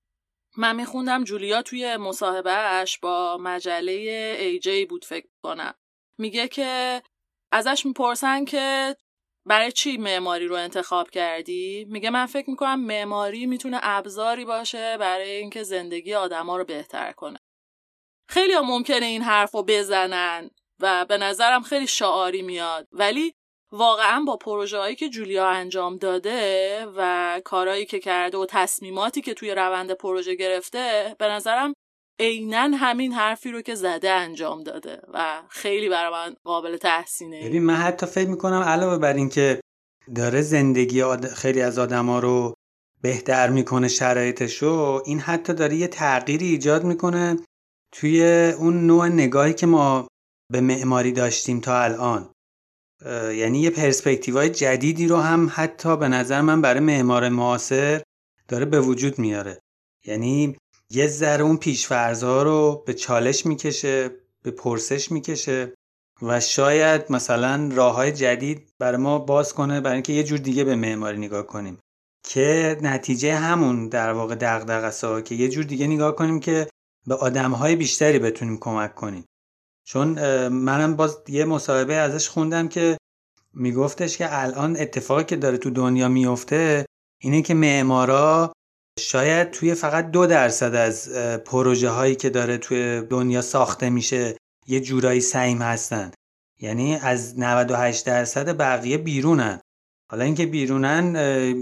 من میخوندم جولیا توی مصاحبهش با مجله ای جی بود فکر کنم، میگه که ازش میپرسن که برای چی معماری رو انتخاب کردی؟ میگه من فکر میکنم معماری میتونه ابزاری باشه برای اینکه زندگی آدما رو بهتر کنه. خیلی ها ممکنه این حرف رو بزنن و به نظرم خیلی شعاری میاد، ولی واقعا با پروژه هایی که جولیا انجام داده و کارهایی که کرده و تصمیماتی که توی روند پروژه گرفته، به نظرم عیناً همین حرفی رو که زده انجام داده و خیلی برای من قابل تحسینه. ببین من حتی فکر میکنم علاوه بر این که داره زندگی آد... خیلی از آدما رو بهتر میکنه شرایطشو، این حتی داره یه تغییری ایجاد میکنه توی اون نوع نگاهی که ما به معماری داشتیم تا الان. یعنی یه پرسپکتیوهای جدیدی رو هم حتی به نظر من برای معمار معاصر داره به وجود میاره. یعنی یه ذره اون پیش‌فرض‌ها رو به چالش میکشه، به پرسش میکشه و شاید مثلا راه‌های جدید برای ما باز کنه برای اینکه یه جور دیگه به معماری نگاه کنیم که نتیجه همون در واقع دغدغه‌سا که یه جور دیگه نگاه کنیم که به آدم‌های بیشتری بتونیم کمک کنیم. چون منم باز یه مصاحبه ازش خوندم که میگفتش که الان اتفاقی که داره تو دنیا میفته اینه که معمارا شاید توی فقط دو درصد از پروژه هایی که داره توی دنیا ساخته میشه یه جورایی سهیم هستن، یعنی از نود و هشت درصد بقیه بیرونن. حالا اینکه بیرونن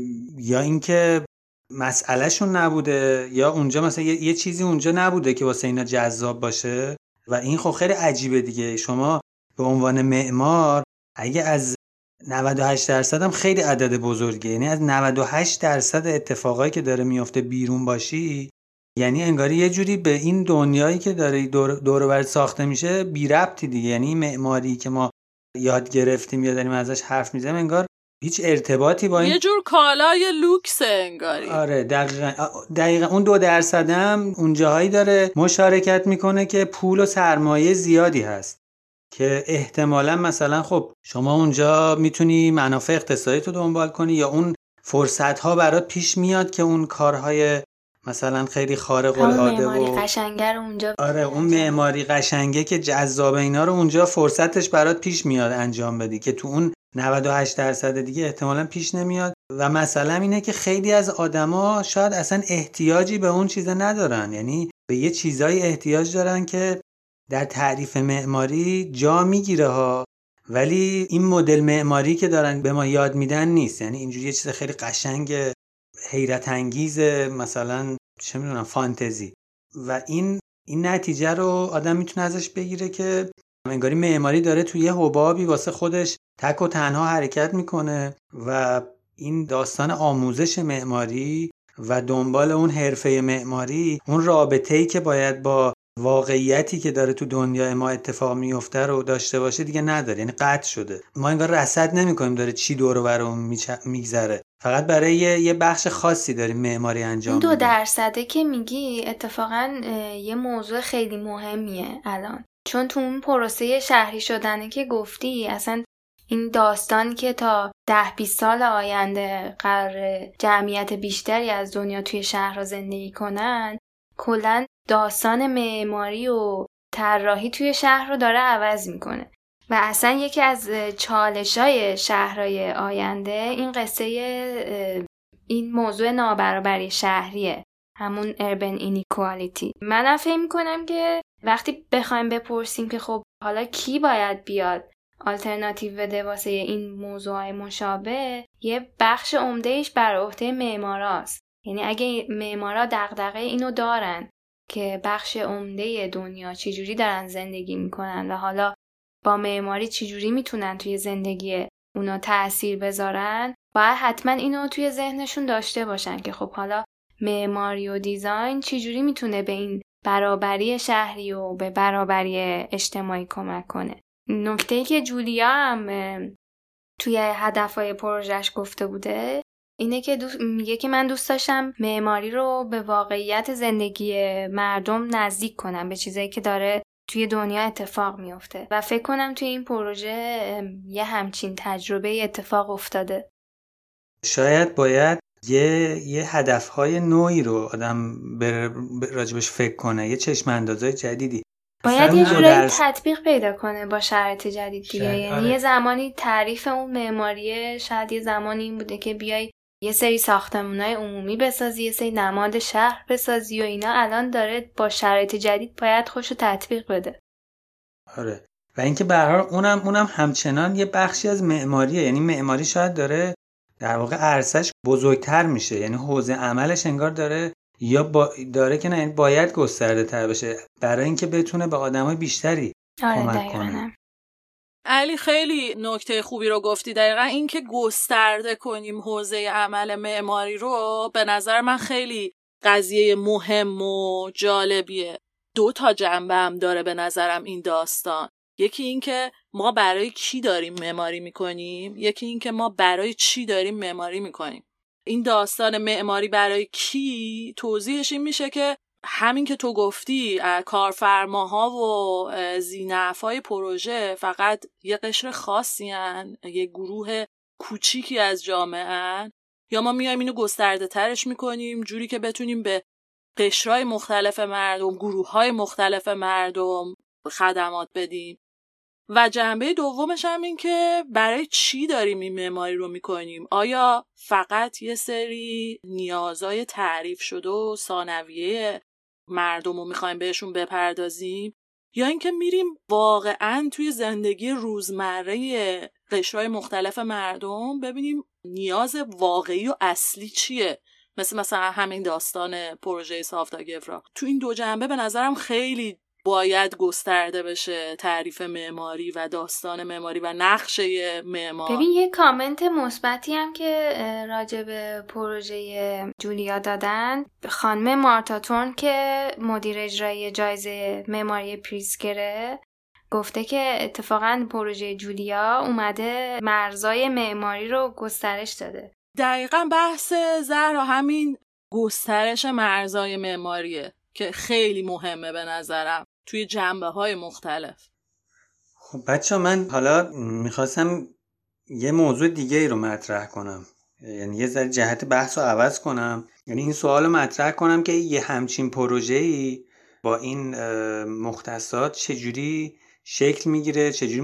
یا اینکه مسئله شون نبوده یا اونجا مثلا یه, یه چیزی اونجا نبوده که واسه اینا جذاب باشه و این خب خیلی عجیبه دیگه. شما به عنوان معمار اگه از نود و هشت درصد هم خیلی عدد بزرگه، یعنی از نود و هشت درصد اتفاقایی که داره میفته بیرون باشی، یعنی انگاری یه جوری به این دنیایی که داره دور دور و بر ساخته میشه بی ربطی دیگه. یعنی معماری که ما یاد گرفتیم یا داریم ازش حرف میزنیم انگار هیچ ارتباطی با این یه جور کالای لوکس انگاری. آره دقیقاً دقیقاً اون دو درصد هم اون جاهایی داره مشارکت میکنه که پول و سرمایه زیادی هست که احتمالاً مثلا خب شما اونجا میتونی منافع اقتصادی تو دنبال کنی یا اون فرصت ها برات پیش میاد که اون کارهای مثلا خیلی خارق العاده و و قشنگه رو اونجا آره اون معماری قشنگه که جذاب اینا رو اونجا فرصتش برات پیش میاد انجام بدی که تو اون نود و هشت درصد دیگه احتمالاً پیش نمیاد. و مثلا اینه که خیلی از آدما شاید اصلا احتیاجی به اون چیزا ندارن، یعنی به یه چیزایی احتیاج دارن که در تعریف معماری جا میگیره ها، ولی این مدل معماری که دارن به ما یاد میدن نیست. یعنی اینجوری یه چیز خیلی قشنگ حیرت انگیز مثلا چه میدونم فانتزی و این این نتیجه رو آدم میتونه ازش بگیره که انگاری معماری داره توی یه حبابی واسه خودش تک و تنها حرکت میکنه و این داستان آموزش معماری و دنبال اون حرفه معماری، اون رابطه‌ای که باید با واقعیتی که داره تو دنیای ما اتفاق میفته رو داشته باشه دیگه نداره، یعنی قطع شده. ما انگار رصد نمی‌کنیم داره چی دور و برمون میگذره، فقط برای یه, یه بخش خاصی داریم معماری انجام میدیم. دو درصده که میگی اتفاقا یه موضوع خیلی مهمیه الان، چون تو اون پروسه شهری شدنه که گفتی اصلا این داستانی که تا ده بیست سال آینده قرار جمعیت بیشتری از دنیا توی شهرها زندگی کنن، کلاً داستان معماری و طراحی توی شهر رو داره عوض میکنه و اصلا یکی از چالش‌های شهرهای آینده این قصه این موضوع نابرابری شهریه، همون urban inequality. منم فکر میکنم که وقتی بخوایم بپرسیم که خب حالا کی باید بیاد آلترناتیو بده واسه این موضوعهای مشابه، یه بخش عمدهش بر عهده معماراست. یعنی اگه معمارا دغدغه اینو دارن که بخش عمده دنیا چجوری دارن زندگی میکنن و حالا با معماری چجوری میتونن توی زندگی اونا تأثیر بذارن، باید حتما اینو توی ذهنشون داشته باشن که خب حالا معماری و دیزاین چجوری میتونه به این برابری شهری و به برابری اجتماعی کمک کنه. نکته‌ای که جولیا هم توی هدفهای پروژهش گفته بوده اینه که دوست میگه که من دوست داشتم معماری رو به واقعیت زندگی مردم نزدیک کنم، به چیزایی که داره توی دنیا اتفاق میفته و فکر کنم توی این پروژه یه همچین تجربه اتفاق افتاده. شاید باید یه یه هدفهای نوعی رو آدم بر راجبش فکر کنه، یه چشم اندازهای جدیدی باید یه جورایی تطبیق پیدا کنه با شرایط جدید دیگه. یعنی آره. یه زمانی تعریف اون معماریه شاید یه زمانی این بوده که بیای یه سری ساختمان‌های عمومی بسازی، یه سری نماد شهر بسازی و اینا، الان داره با شرایط جدید باید خوشو تطبیق بده. آره. و اینکه به هر حال اونم اونم همچنان یه بخشی از معماریه، یعنی معماری شاید داره در واقع عرصه‌اش بزرگتر میشه، یعنی حوزه عملش انگار داره یا با داره که نه باید گسترده تر بشه برای اینکه بتونه به آدمای بیشتری آره کمک کنه. علی خیلی نکته خوبی رو گفتی. دقیقا این که گسترده کنیم حوزه عمل معماری رو به نظر من خیلی قضیه مهم و جالبیه. دو تا جنبه هم داره به نظرم این داستان. یکی این که ما برای کی داریم معماری میکنیم، یکی این که ما برای چی داریم معماری میکنیم. این داستان معماری برای کی توضیحش این میشه که همین که تو گفتی کارفرماها و ذی‌نفع‌های پروژه فقط یه قشر خاصی هن، یه گروه کوچیکی از جامعه هن، یا ما میایم اینو گسترده ترش میکنیم جوری که بتونیم به قشرهای مختلف مردم، گروههای مختلف مردم خدمات بدیم. و جنبه دومش هم این که برای چی داریم این معماری رو میکنیم؟ آیا فقط یه سری نیازهای تعریف شده و ثانویه مردم رو میخوایم بهشون بپردازیم، یا اینکه میریم واقعا توی زندگی روزمره قشرهای مختلف مردم ببینیم نیاز واقعی و اصلی چیه؟ مثل مثلا همین داستان پروژه سافتاگفرا. تو این دو جنبه به نظرم خیلی باید گسترده بشه تعریف معماری و داستان معماری و نقشه معمار. ببین یه کامنت مثبتی هم که راجع به پروژه جولیا دادن، خانم مارتا تورن که مدیر اجرایی جایزه معماری پریتزکره گفته که اتفاقا پروژه جولیا اومده مرزای معماری رو گسترش داده. دقیقاً بحث زهرا همین گسترش مرزای معماریه که خیلی مهمه به نظرم توی جنبه‌های مختلف. خب بچه من حالا میخواستم یه موضوع دیگه ای رو مطرح کنم، یعنی یه ذره جهت بحث رو عوض کنم. یعنی این سوال رو مطرح کنم که یه همچین پروژه‌ای با این مختصات چجوری شکل میگیره، چجوری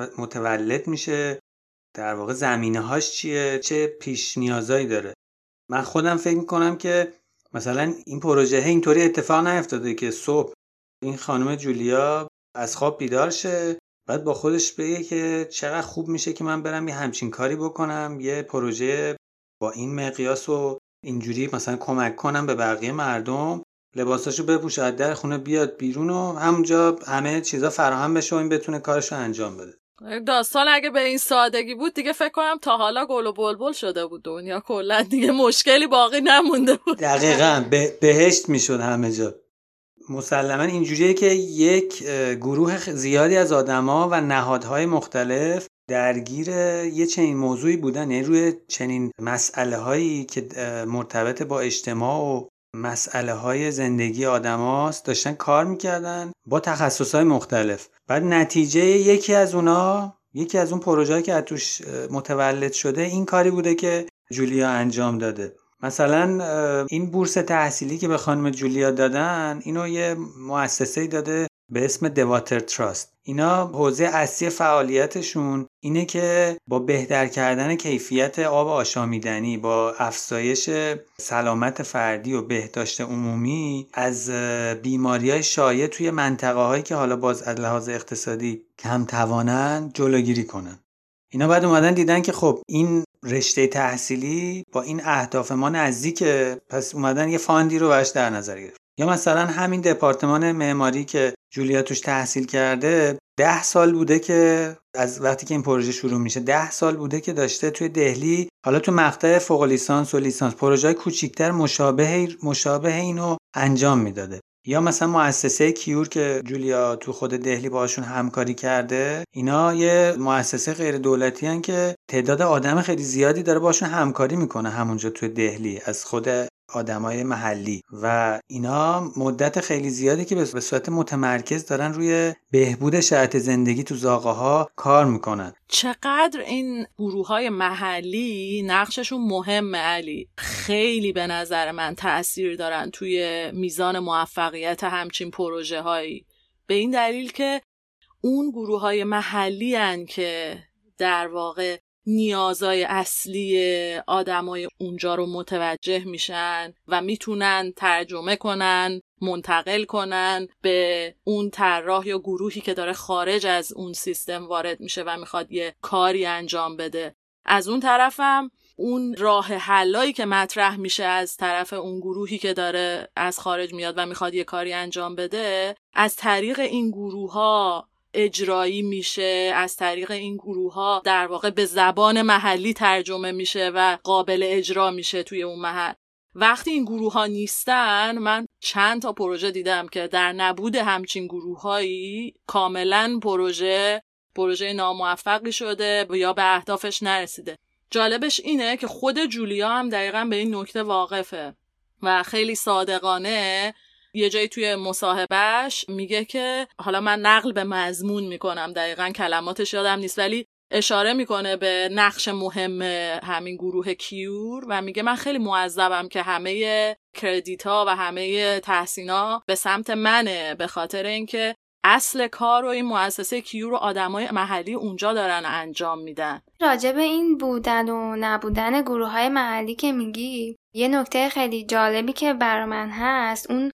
متولد میشه، در واقع زمینه‌هاش چیه، چه پیش نیازایی داره. من خودم فکر میکنم که مثلا این پروژه اینطوری اتفاق نیفتاده که صبح این خانم جولیا از خواب بیدار شه بعد با خودش بگه که چقدر خوب میشه که من برم یه همچین کاری بکنم، یه پروژه با این مقیاس و اینجوری مثلا کمک کنم به بقیه مردم، لباساشو بپوشه از در خونه بیاد بیرون و همونجا همه چیزا فراهم بشه و این بتونه کارشو انجام بده. داستان اگه به این سادگی بود دیگه فکر کنم تا حالا گل و بلبل شده بود دنیا، کلا دیگه مشکلی باقی نمونده بود. دقیقاً به بهشت میشد همه جا. مسلماً اینجوریه که یک گروه زیادی از آدما و نهادهای مختلف درگیر یه چنین موضوعی بودن، یعنی روی چنین مسئله هایی که مرتبط با اجتماع و مسئله های زندگی آدم هاست داشتن کار میکردن با تخصص های مختلف. بعد نتیجه یکی از اونا، یکی از اون پروژه‌ای که از توش متولد شده این کاری بوده که جولیا انجام داده. مثلا این بورس تحصیلی که به خانم جولیا دادن، اینو یه مؤسسه‌ای داده به اسم دواتر تراست. اینا حوزه اصلی فعالیتشون اینه که با بهتر کردن کیفیت آب آشامیدنی، با افزایش سلامت فردی و بهداشت عمومی از بیماری‌های شایع توی منطقه‌هایی که حالا باز از لحاظ اقتصادی کم توانن جلوگیری کنن. اینا بعد اومدن دیدن که خب این رشته تحصیلی با این اهداف ما نزدیکه، پس اومدن یه فاندی رو براش در نظر گرفت. یا مثلا همین دپارتمان معماری که جولیا توش تحصیل کرده، ده سال بوده که از وقتی که این پروژه شروع میشه ده سال بوده که داشته توی دهلی، حالا تو مقطع فوق لیسانس و لیسانس، پروژه‌های کوچیک‌تر مشابه مشابه اینو انجام میداده. یا مثلا مؤسسه کیور که جولیا تو خود دهلی باشون همکاری کرده، اینا یه مؤسسه غیر دولتی هن که تعداد آدم خیلی زیادی داره باشون همکاری میکنه همونجا تو دهلی از خود آدمای محلی، و اینا مدت خیلی زیادی که به صورت متمرکز دارن روی بهبود شرایط زندگی تو زاغه‌ها کار میکنن. چقدر این گروه‌های محلی نقششون مهمه علی، خیلی به نظر من تأثیر دارن توی میزان موفقیت همچین پروژه هایی، به این دلیل که اون گروه‌های محلی هن که در واقع نیازهای اصلی آدمای اونجا رو متوجه میشن و میتونن ترجمه کنن، منتقل کنن به اون طراح یا گروهی که داره خارج از اون سیستم وارد میشه و میخواد یه کاری انجام بده. از اون طرفم اون راه حلایی که مطرح میشه از طرف اون گروهی که داره از خارج میاد و میخواد یه کاری انجام بده، از طریق این گروه‌ها اجرایی میشه، از طریق این گروه ها در واقع به زبان محلی ترجمه میشه و قابل اجرا میشه توی اون محل. وقتی این گروه ها نیستن، من چند تا پروژه دیدم که در نبود همچین گروه هایی کاملا پروژه پروژه ناموفقی شده یا به اهدافش نرسیده. جالبش اینه که خود جولیا هم دقیقاً به این نکته واقفه و خیلی صادقانه یه جایی توی مصاحبهش میگه که، حالا من نقل به مضمون میکنم، دقیقاً کلماتش یادم نیست، ولی اشاره میکنه به نقش مهم همین گروه کیور و میگه من خیلی معذبم که همه کردیت ها و همه تحسینا به سمت منه، به خاطر اینکه اصل کار رو این مؤسسه کیور و آدمای محلی اونجا دارن انجام میدن. راجب این بودن و نبودن گروه های محلی که میگی، یه نکته خیلی جالبی که برای من هست اون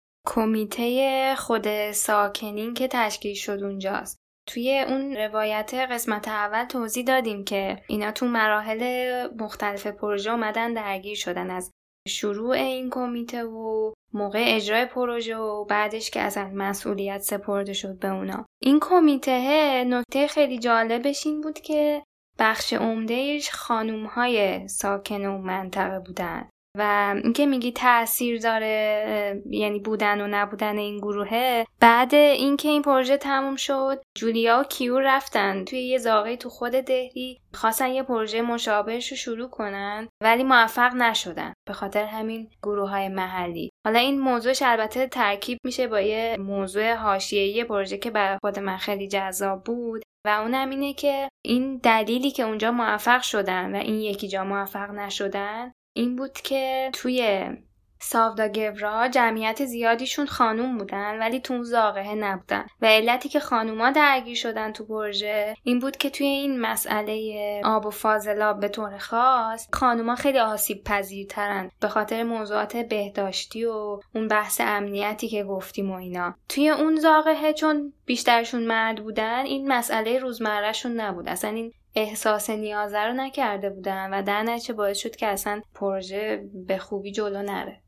کمیته خود ساکنین که تشکیل شد اونجاست. توی اون روایت قسمت اول توضیح دادیم که اینا تو مراحل مختلف پروژه اومدن درگیر شدن، از شروع این کمیته و موقع اجرای پروژه و بعدش که اصلا مسئولیت سپرده شد به اونا. این کمیته نکته خیلی جالبش این بود که بخش عمدهش خانوم‌های ساکن اون منطقه بودن و اینکه میگی تأثیر داره یعنی بودن و نبودن این گروهه. بعد اینکه این پروژه تموم شد، جولیا و کیور رفتن توی یه زاغه‌ای تو خود دهلی، خواستن یه پروژه مشابهش رو شروع کنن ولی موفق نشدن به خاطر همین گروه‌های محلی. حالا این موضوعش البته ترکیب میشه با یه موضوع حاشیه‌ای پروژه که برای خود من خیلی جذاب بود و اونم اینه که این دلیلی که اونجا موفق شدن و این یکی جا موفق نشدن این بود که توی ساوداگورا جمعیت زیادیشون خانوم بودن ولی تو اون زاغه نبودن و علتی که خانوما درگیر شدن تو پروژه این بود که توی این مسئله آب و فاضلاب به طور خاص خانوما خیلی آسیب پذیرترن به خاطر موضوعات بهداشتی و اون بحث امنیتی که گفتیم و اینا. توی اون زاغه چون بیشترشون مرد بودن این مسئله روزمرهشون نبود، اصلا این احساس نیازه رو نکرده بودن و در نتیجه باعث شد که اصلا پروژه به خوبی جلو نره.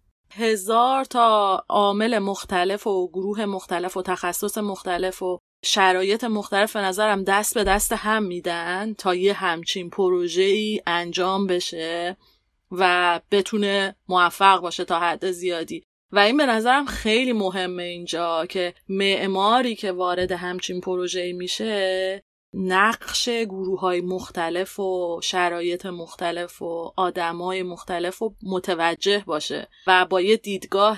هزار تا عامل مختلف و گروه مختلف و تخصص مختلف و شرایط مختلف به نظرم دست به دست هم میدن تا یه همچین پروژه‌ای انجام بشه و بتونه موفق باشه تا حد زیادی. و این به نظرم خیلی مهمه اینجا که معماری که وارد همچین پروژه‌ای میشه نقش گروه‌های مختلف و شرایط مختلف و آدم‌های مختلف و متوجه باشه و با یه دیدگاه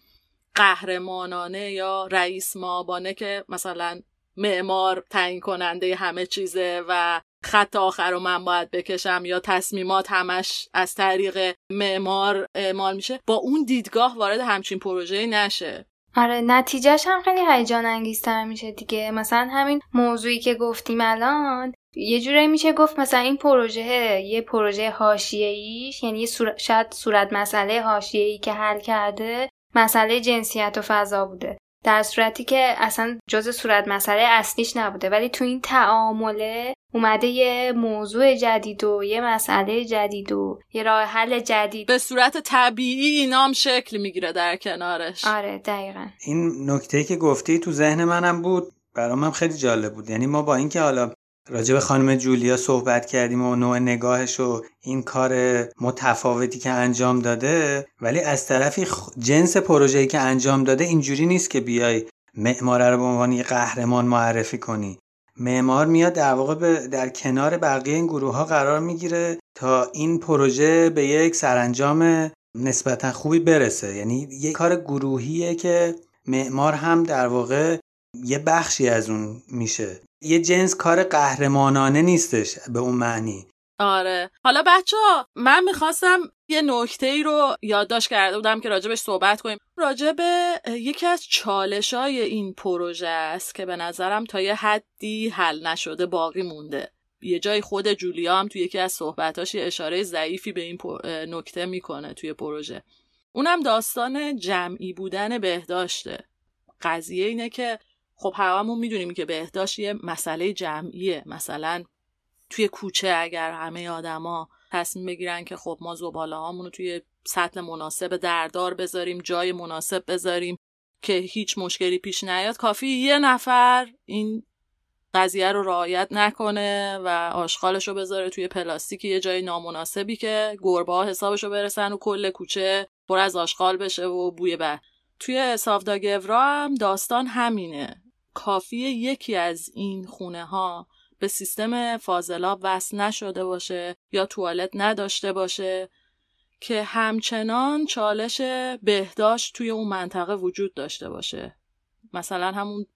قهرمانانه یا رئیس مآبانه که مثلا معمار تعیین کننده همه چیزه و خط آخر رو من باید بکشم یا تصمیمات همش از طریق معمار اعمال میشه، با اون دیدگاه وارد همچین پروژه‌ای نشه. آره نتیجهش هم خیلی هیجان انگیزتر میشه دیگه. مثلا همین موضوعی که گفتیم الان یه جوری میشه گفت مثلا این پروژه یه پروژه حاشیه‌ایش یعنی یه صورت شاید صورت مسئله حاشیه‌ای که حل کرده مسئله جنسیت و فضا بوده، در صورتی که اصلا جزء صورت مسئله اصلیش نبوده، ولی تو این تعامله اومده یه موضوع جدید و یه مسئله جدید و یه راه حل جدید به صورت طبیعی اینام شکل میگیره در کنارش. آره دقیقاً. این نکته که گفتی تو ذهن منم بود، برام هم خیلی جالب بود. یعنی ما با اینکه حالا راجع به خانم جولیا صحبت کردیم و نوع نگاهش و این کار متفاوتی که انجام داده، ولی از طرفی جنس پروژه‌ای که انجام داده اینجوری نیست که بیای معمار رو به عنوان یه قهرمان معرفی کنی. معمار میاد در واقع در کنار بقیه این گروه ها قرار میگیره تا این پروژه به یک سرانجام نسبتا خوبی برسه. یعنی یه کار گروهیه که معمار هم در واقع یه بخشی از اون میشه. یه جنس کار قهرمانانه نیستش به اون معنی. آره. حالا بچه‌ها من میخواستم یه نکته‌ای رو یادداشت کرده بودم که راجبش صحبت کنیم. راجب یکی از چالش‌های این پروژه است که به نظرم تا یه حدی حل نشده باقی مونده. یه جای خود جولیا هم توی یکی از صحبتاش یه اشاره ضعیفی به این نکته میکنه توی پروژه. اونم داستان جمعی بودن بهداشته. قضیه اینه که خب هممون میدونیم که بهداشت یه مسئله جمعیه. مثلا توی کوچه اگر همه آدما تصمیم بگیرن که خب ما زباله‌هامون رو توی سطح مناسب دردار بذاریم، جای مناسب بذاریم که هیچ مشکلی پیش نیاد، کافی یه نفر این قضیه رو رعایت نکنه و آشغالش رو بذاره توی پلاستیک یه جای نامناسبی که گربه‌ها حسابش رو برسن و کل کوچه پر از آشغال بشه و بوی بد. توی ساوداگورا هم داستان همینه. کافیه یکی از این خونه ها به سیستم فاضلاب وصل نشده باشه یا توالت نداشته باشه که همچنان چالش بهداشت توی اون منطقه وجود داشته باشه. مثلا همون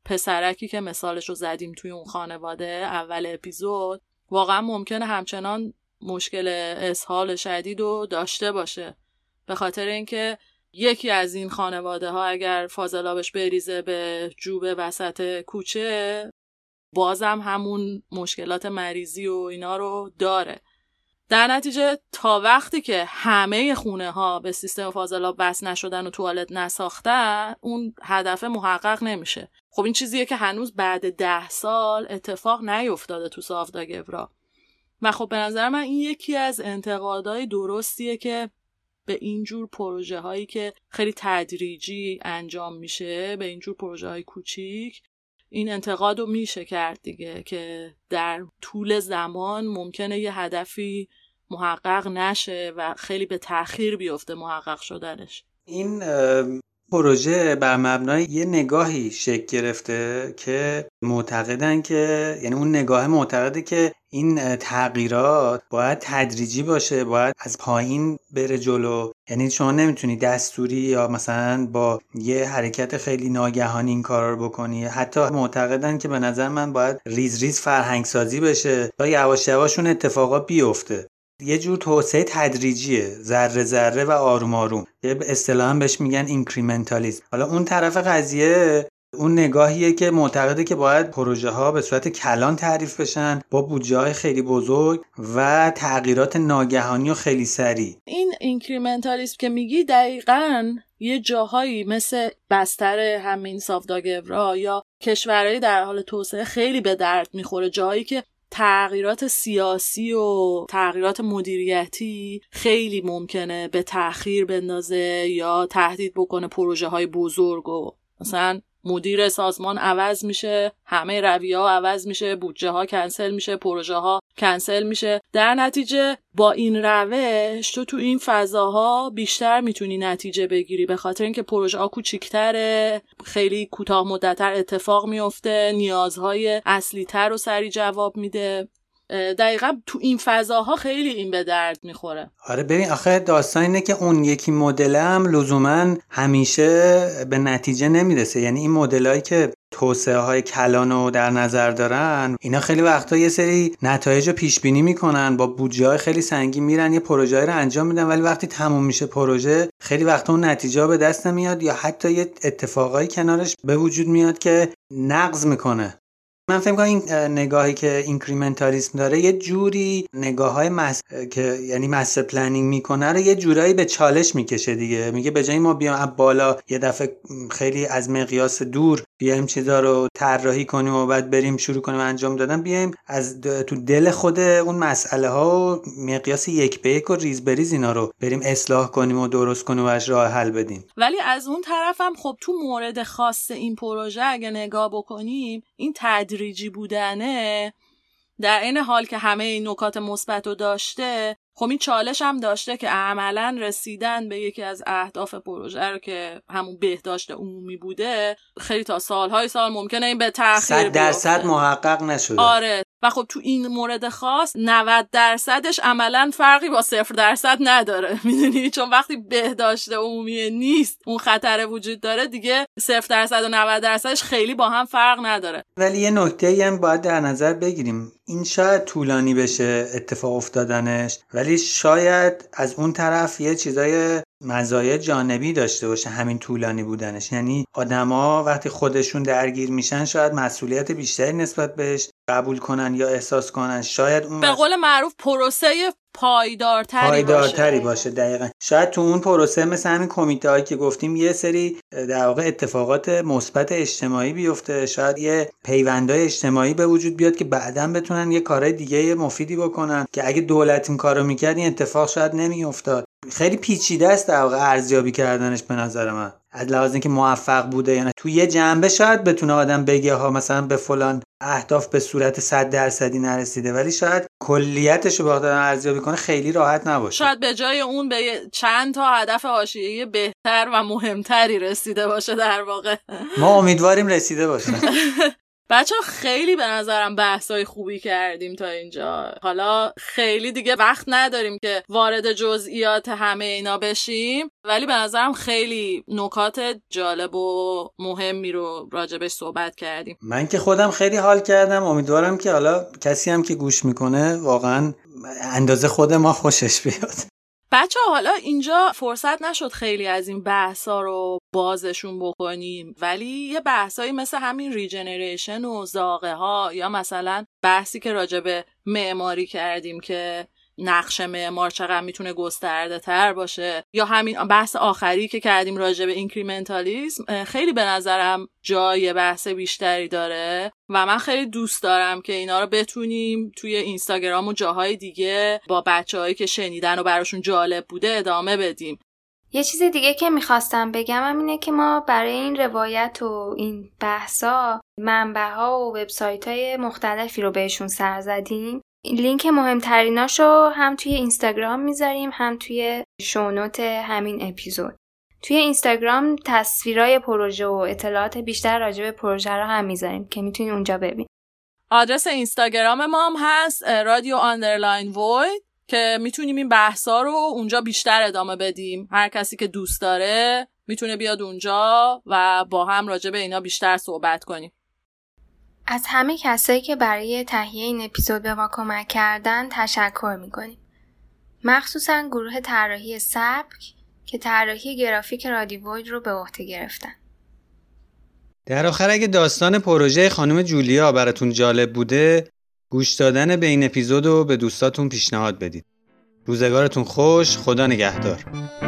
پسرکی که مثالش رو زدیم توی اون خانواده اول اپیزود واقعا ممکنه همچنان مشکل اسهال شدید رو داشته باشه، به خاطر اینکه یکی از این خانواده ها اگر فاضلابش بریزه به جوب وسط کوچه بازم همون مشکلات مریضی و اینا رو داره. در نتیجه تا وقتی که همه خونه ها به سیستم فاضلاب وصل نشدن و توالت نساختن اون هدف محقق نمیشه. خب این چیزیه که هنوز بعد ده سال اتفاق نیفتاده تو سافتاگورا و خب به نظر من این یکی از انتقادهای درستیه که به اینجور پروژه هایی که خیلی تدریجی انجام میشه، به اینجور پروژه های کوچیک، این انتقاد رو میشه کرد دیگه که در طول زمان ممکنه یه هدفی محقق نشه و خیلی به تأخیر بیفته محقق شدنش. این پروژه بر مبنای یه نگاهی شکل گرفته که معتقدن که یعنی اون نگاه معتقده که این تغییرات باید تدریجی باشه، باید از پایین بره جلو. یعنی شما نمیتونی دستوری یا مثلا با یه حرکت خیلی ناگهانی این کارا رو بکنی. حتی معتقدن که به نظر من باید ریز ریز فرهنگ سازی بشه تا یواش یواش اون اتفاقا بیفته. یه جور توسعه تدریجیه، ذره ذره و آروم آروم. یه اصطلاحاً بهش میگن اینکریمنتالیسم. حالا اون طرف قضیه اون نگاهیه که معتقده که باید پروژه ها به صورت کلان تعریف بشن با بودجه‌های خیلی بزرگ و تغییرات ناگهانی و خیلی سریع. این اینکریمنتالیسم که میگی دقیقاً یه جاهایی مثل بستر همین سافتاگورا یا کشورهای در حال توسعه خیلی به درد میخوره، جایی که تغییرات سیاسی و تغییرات مدیریتی خیلی ممکنه به تأخیر بندازه یا تهدید بکنه پروژه های بزرگ و مثلا مدیر سازمان عوض میشه، همه رویه ها عوض میشه، بودجه ها کنسل میشه، پروژه ها کنسل میشه. در نتیجه با این روش تو تو این فضاها بیشتر میتونی نتیجه بگیری، به خاطر اینکه پروژه ها کوچیک‌تره، خیلی کوتاه مدت‌تر اتفاق میفته، نیازهای اصلی تر رو سریع جواب میده. دقیقا تو این فضاها خیلی این به درد میخوره. آره ببین آخه داستان اینه که اون یکی مدل هم لزوما همیشه به نتیجه نمیرسه. یعنی این مدلایی که توسعه های کلانو در نظر دارن اینا خیلی وقتا یه سری نتایج رو پیش بینی میکنن، با بودجه های خیلی سنگین میرن یه پروژه رو انجام میدن، ولی وقتی تموم میشه پروژه خیلی وقتا اون نتیجه به دست نمیاد یا حتی یه اتفاقایی کنارش به وجود میاد که نقض میکنه. من فکر می‌کنم این نگاهی که اینکریمنتالیسم داره یه جوری نگاه‌های مس... که یعنی مستر پلنینگ میکنه رو یه جورایی به چالش میکشه دیگه. میگه به جای ما بیام از بالا یه دفعه خیلی از مقیاس دور بیایم چیزا رو طراحی کنیم و بعد بریم شروع کنیم انجام دادن، بیایم از د... تو دل خود اون مسئله ها و مقیاس یک به یک و ریز بریز اینا رو بریم اصلاح کنیم و درست کنیم و اش راه حل بدیم. ولی از اون طرفم خب تو مورد خاص این پروژه اگه نگاه بکنیم این تدریجی بودنه در این حال که همه این نکات مثبت رو داشته، خب این چالش هم داشته که عملاً رسیدن به یکی از اهداف پروژه رو که همون بهداشت عمومی بوده خیلی تا سالهای سال ممکنه این به تأخیر بیفته. صد درصد محقق نشده. آره و خب تو این مورد خاص نود درصدش عملاً فرقی با صفر درصد نداره، میدونی، چون وقتی بهداشت عمومی نیست اون خطر وجود داره دیگه صفر درصد و نود درصدش خیلی با هم فرق نداره. ولی یه نکته‌ای هم باید در نظر بگیریم، این شاید طولانی بشه اتفاق افتادنش، ولی شاید از اون طرف یه چیزای مزایای جانبی داشته باشه همین طولانی بودنش. یعنی آدما وقتی خودشون درگیر میشن شاید مسئولیت بیشتری نسبت بهش قبول کنن یا احساس کنن. شاید اون به قول معروف پروسه پایدارتری, پایدارتری باشه. باشه. دقیقاً. شاید تو اون پروسه مثل همین کمیته هایی که گفتیم یه سری در واقع اتفاقات مثبت اجتماعی بیفته، شاید یه پیوندای اجتماعی به وجود بیاد که بعداً بتونن یه کارهای دیگه مفیدی بکنن که اگه دولت این کارو میکرد این اتفاق شاید نمیافتاد. خیلی پیچیده است در واقع ارزیابی کردنش به نظر من، از لحاظ اینکه موفق بوده یا نه. تو یه جنبه شاید بتونه آدم بگه ها مثلا به فلان اهداف به صورت صد درصدی نرسیده، ولی شاید کلیتش رو با خودم ارزیابی کنه خیلی راحت نباشه. شاید به جای اون به چند تا هدف حاشیه‌ای بهتر و مهمتری رسیده باشه. در واقع ما امیدواریم رسیده باشه. بچه ها خیلی به نظرم بحثای خوبی کردیم تا اینجا. حالا خیلی دیگه وقت نداریم که وارد جزئیات همه اینا بشیم، ولی به نظرم خیلی نکات جالب و مهمی رو راجبش صحبت کردیم. من که خودم خیلی حال کردم. امیدوارم که حالا کسی هم که گوش میکنه واقعا اندازه خود ما خوشش بیاد. بچه ها حالا اینجا فرصت نشد خیلی از این بحثا رو بازشون بکنیم، ولی یه بحثایی مثل همین ریجنریشن و زاغه ها، یا مثلا بحثی که راجع به معماری کردیم که نقش معمار چقدر میتونه گسترده تر باشه، یا همین بحث آخری که کردیم راجع به اینکریمنتالیسم، خیلی به نظرم جای بحث بیشتری داره و من خیلی دوست دارم که اینا رو بتونیم توی اینستاگرام و جاهای دیگه با بچه‌هایی که شنیدن و براشون جالب بوده ادامه بدیم. یه چیز دیگه که میخواستم بگم هم اینه که ما برای این روایت و این بحثا منبع‌ها و وبسایت‌های مختلفی رو بهشون سر زدیم. لینک مهمتریناشو هم توی اینستاگرام میذاریم هم توی شونوت همین اپیزود. توی اینستاگرام تصویرای پروژه و اطلاعات بیشتر راجع به پروژه رو هم میذاریم که میتونید اونجا ببینید. آدرس اینستاگرام ما هم هست رادیو آندرلاین وید که میتونیم این بحثا رو اونجا بیشتر ادامه بدیم. هر کسی که دوست داره میتونه بیاد اونجا و با هم راجع به اینا بیشتر صحبت کنیم. از همه کسایی که برای تهیه این اپیزود به ما کمک کردن تشکر میکنیم. مخصوصا گروه طراحی سبک که طراحی گرافیک رادیو وید رو به عهده گرفتن. در آخر اگه داستان پروژه خانم جولیا براتون جالب بوده، گوش دادن به این اپیزود رو به دوستاتون پیشنهاد بدید. روزگارتون خوش، خدا نگهدار.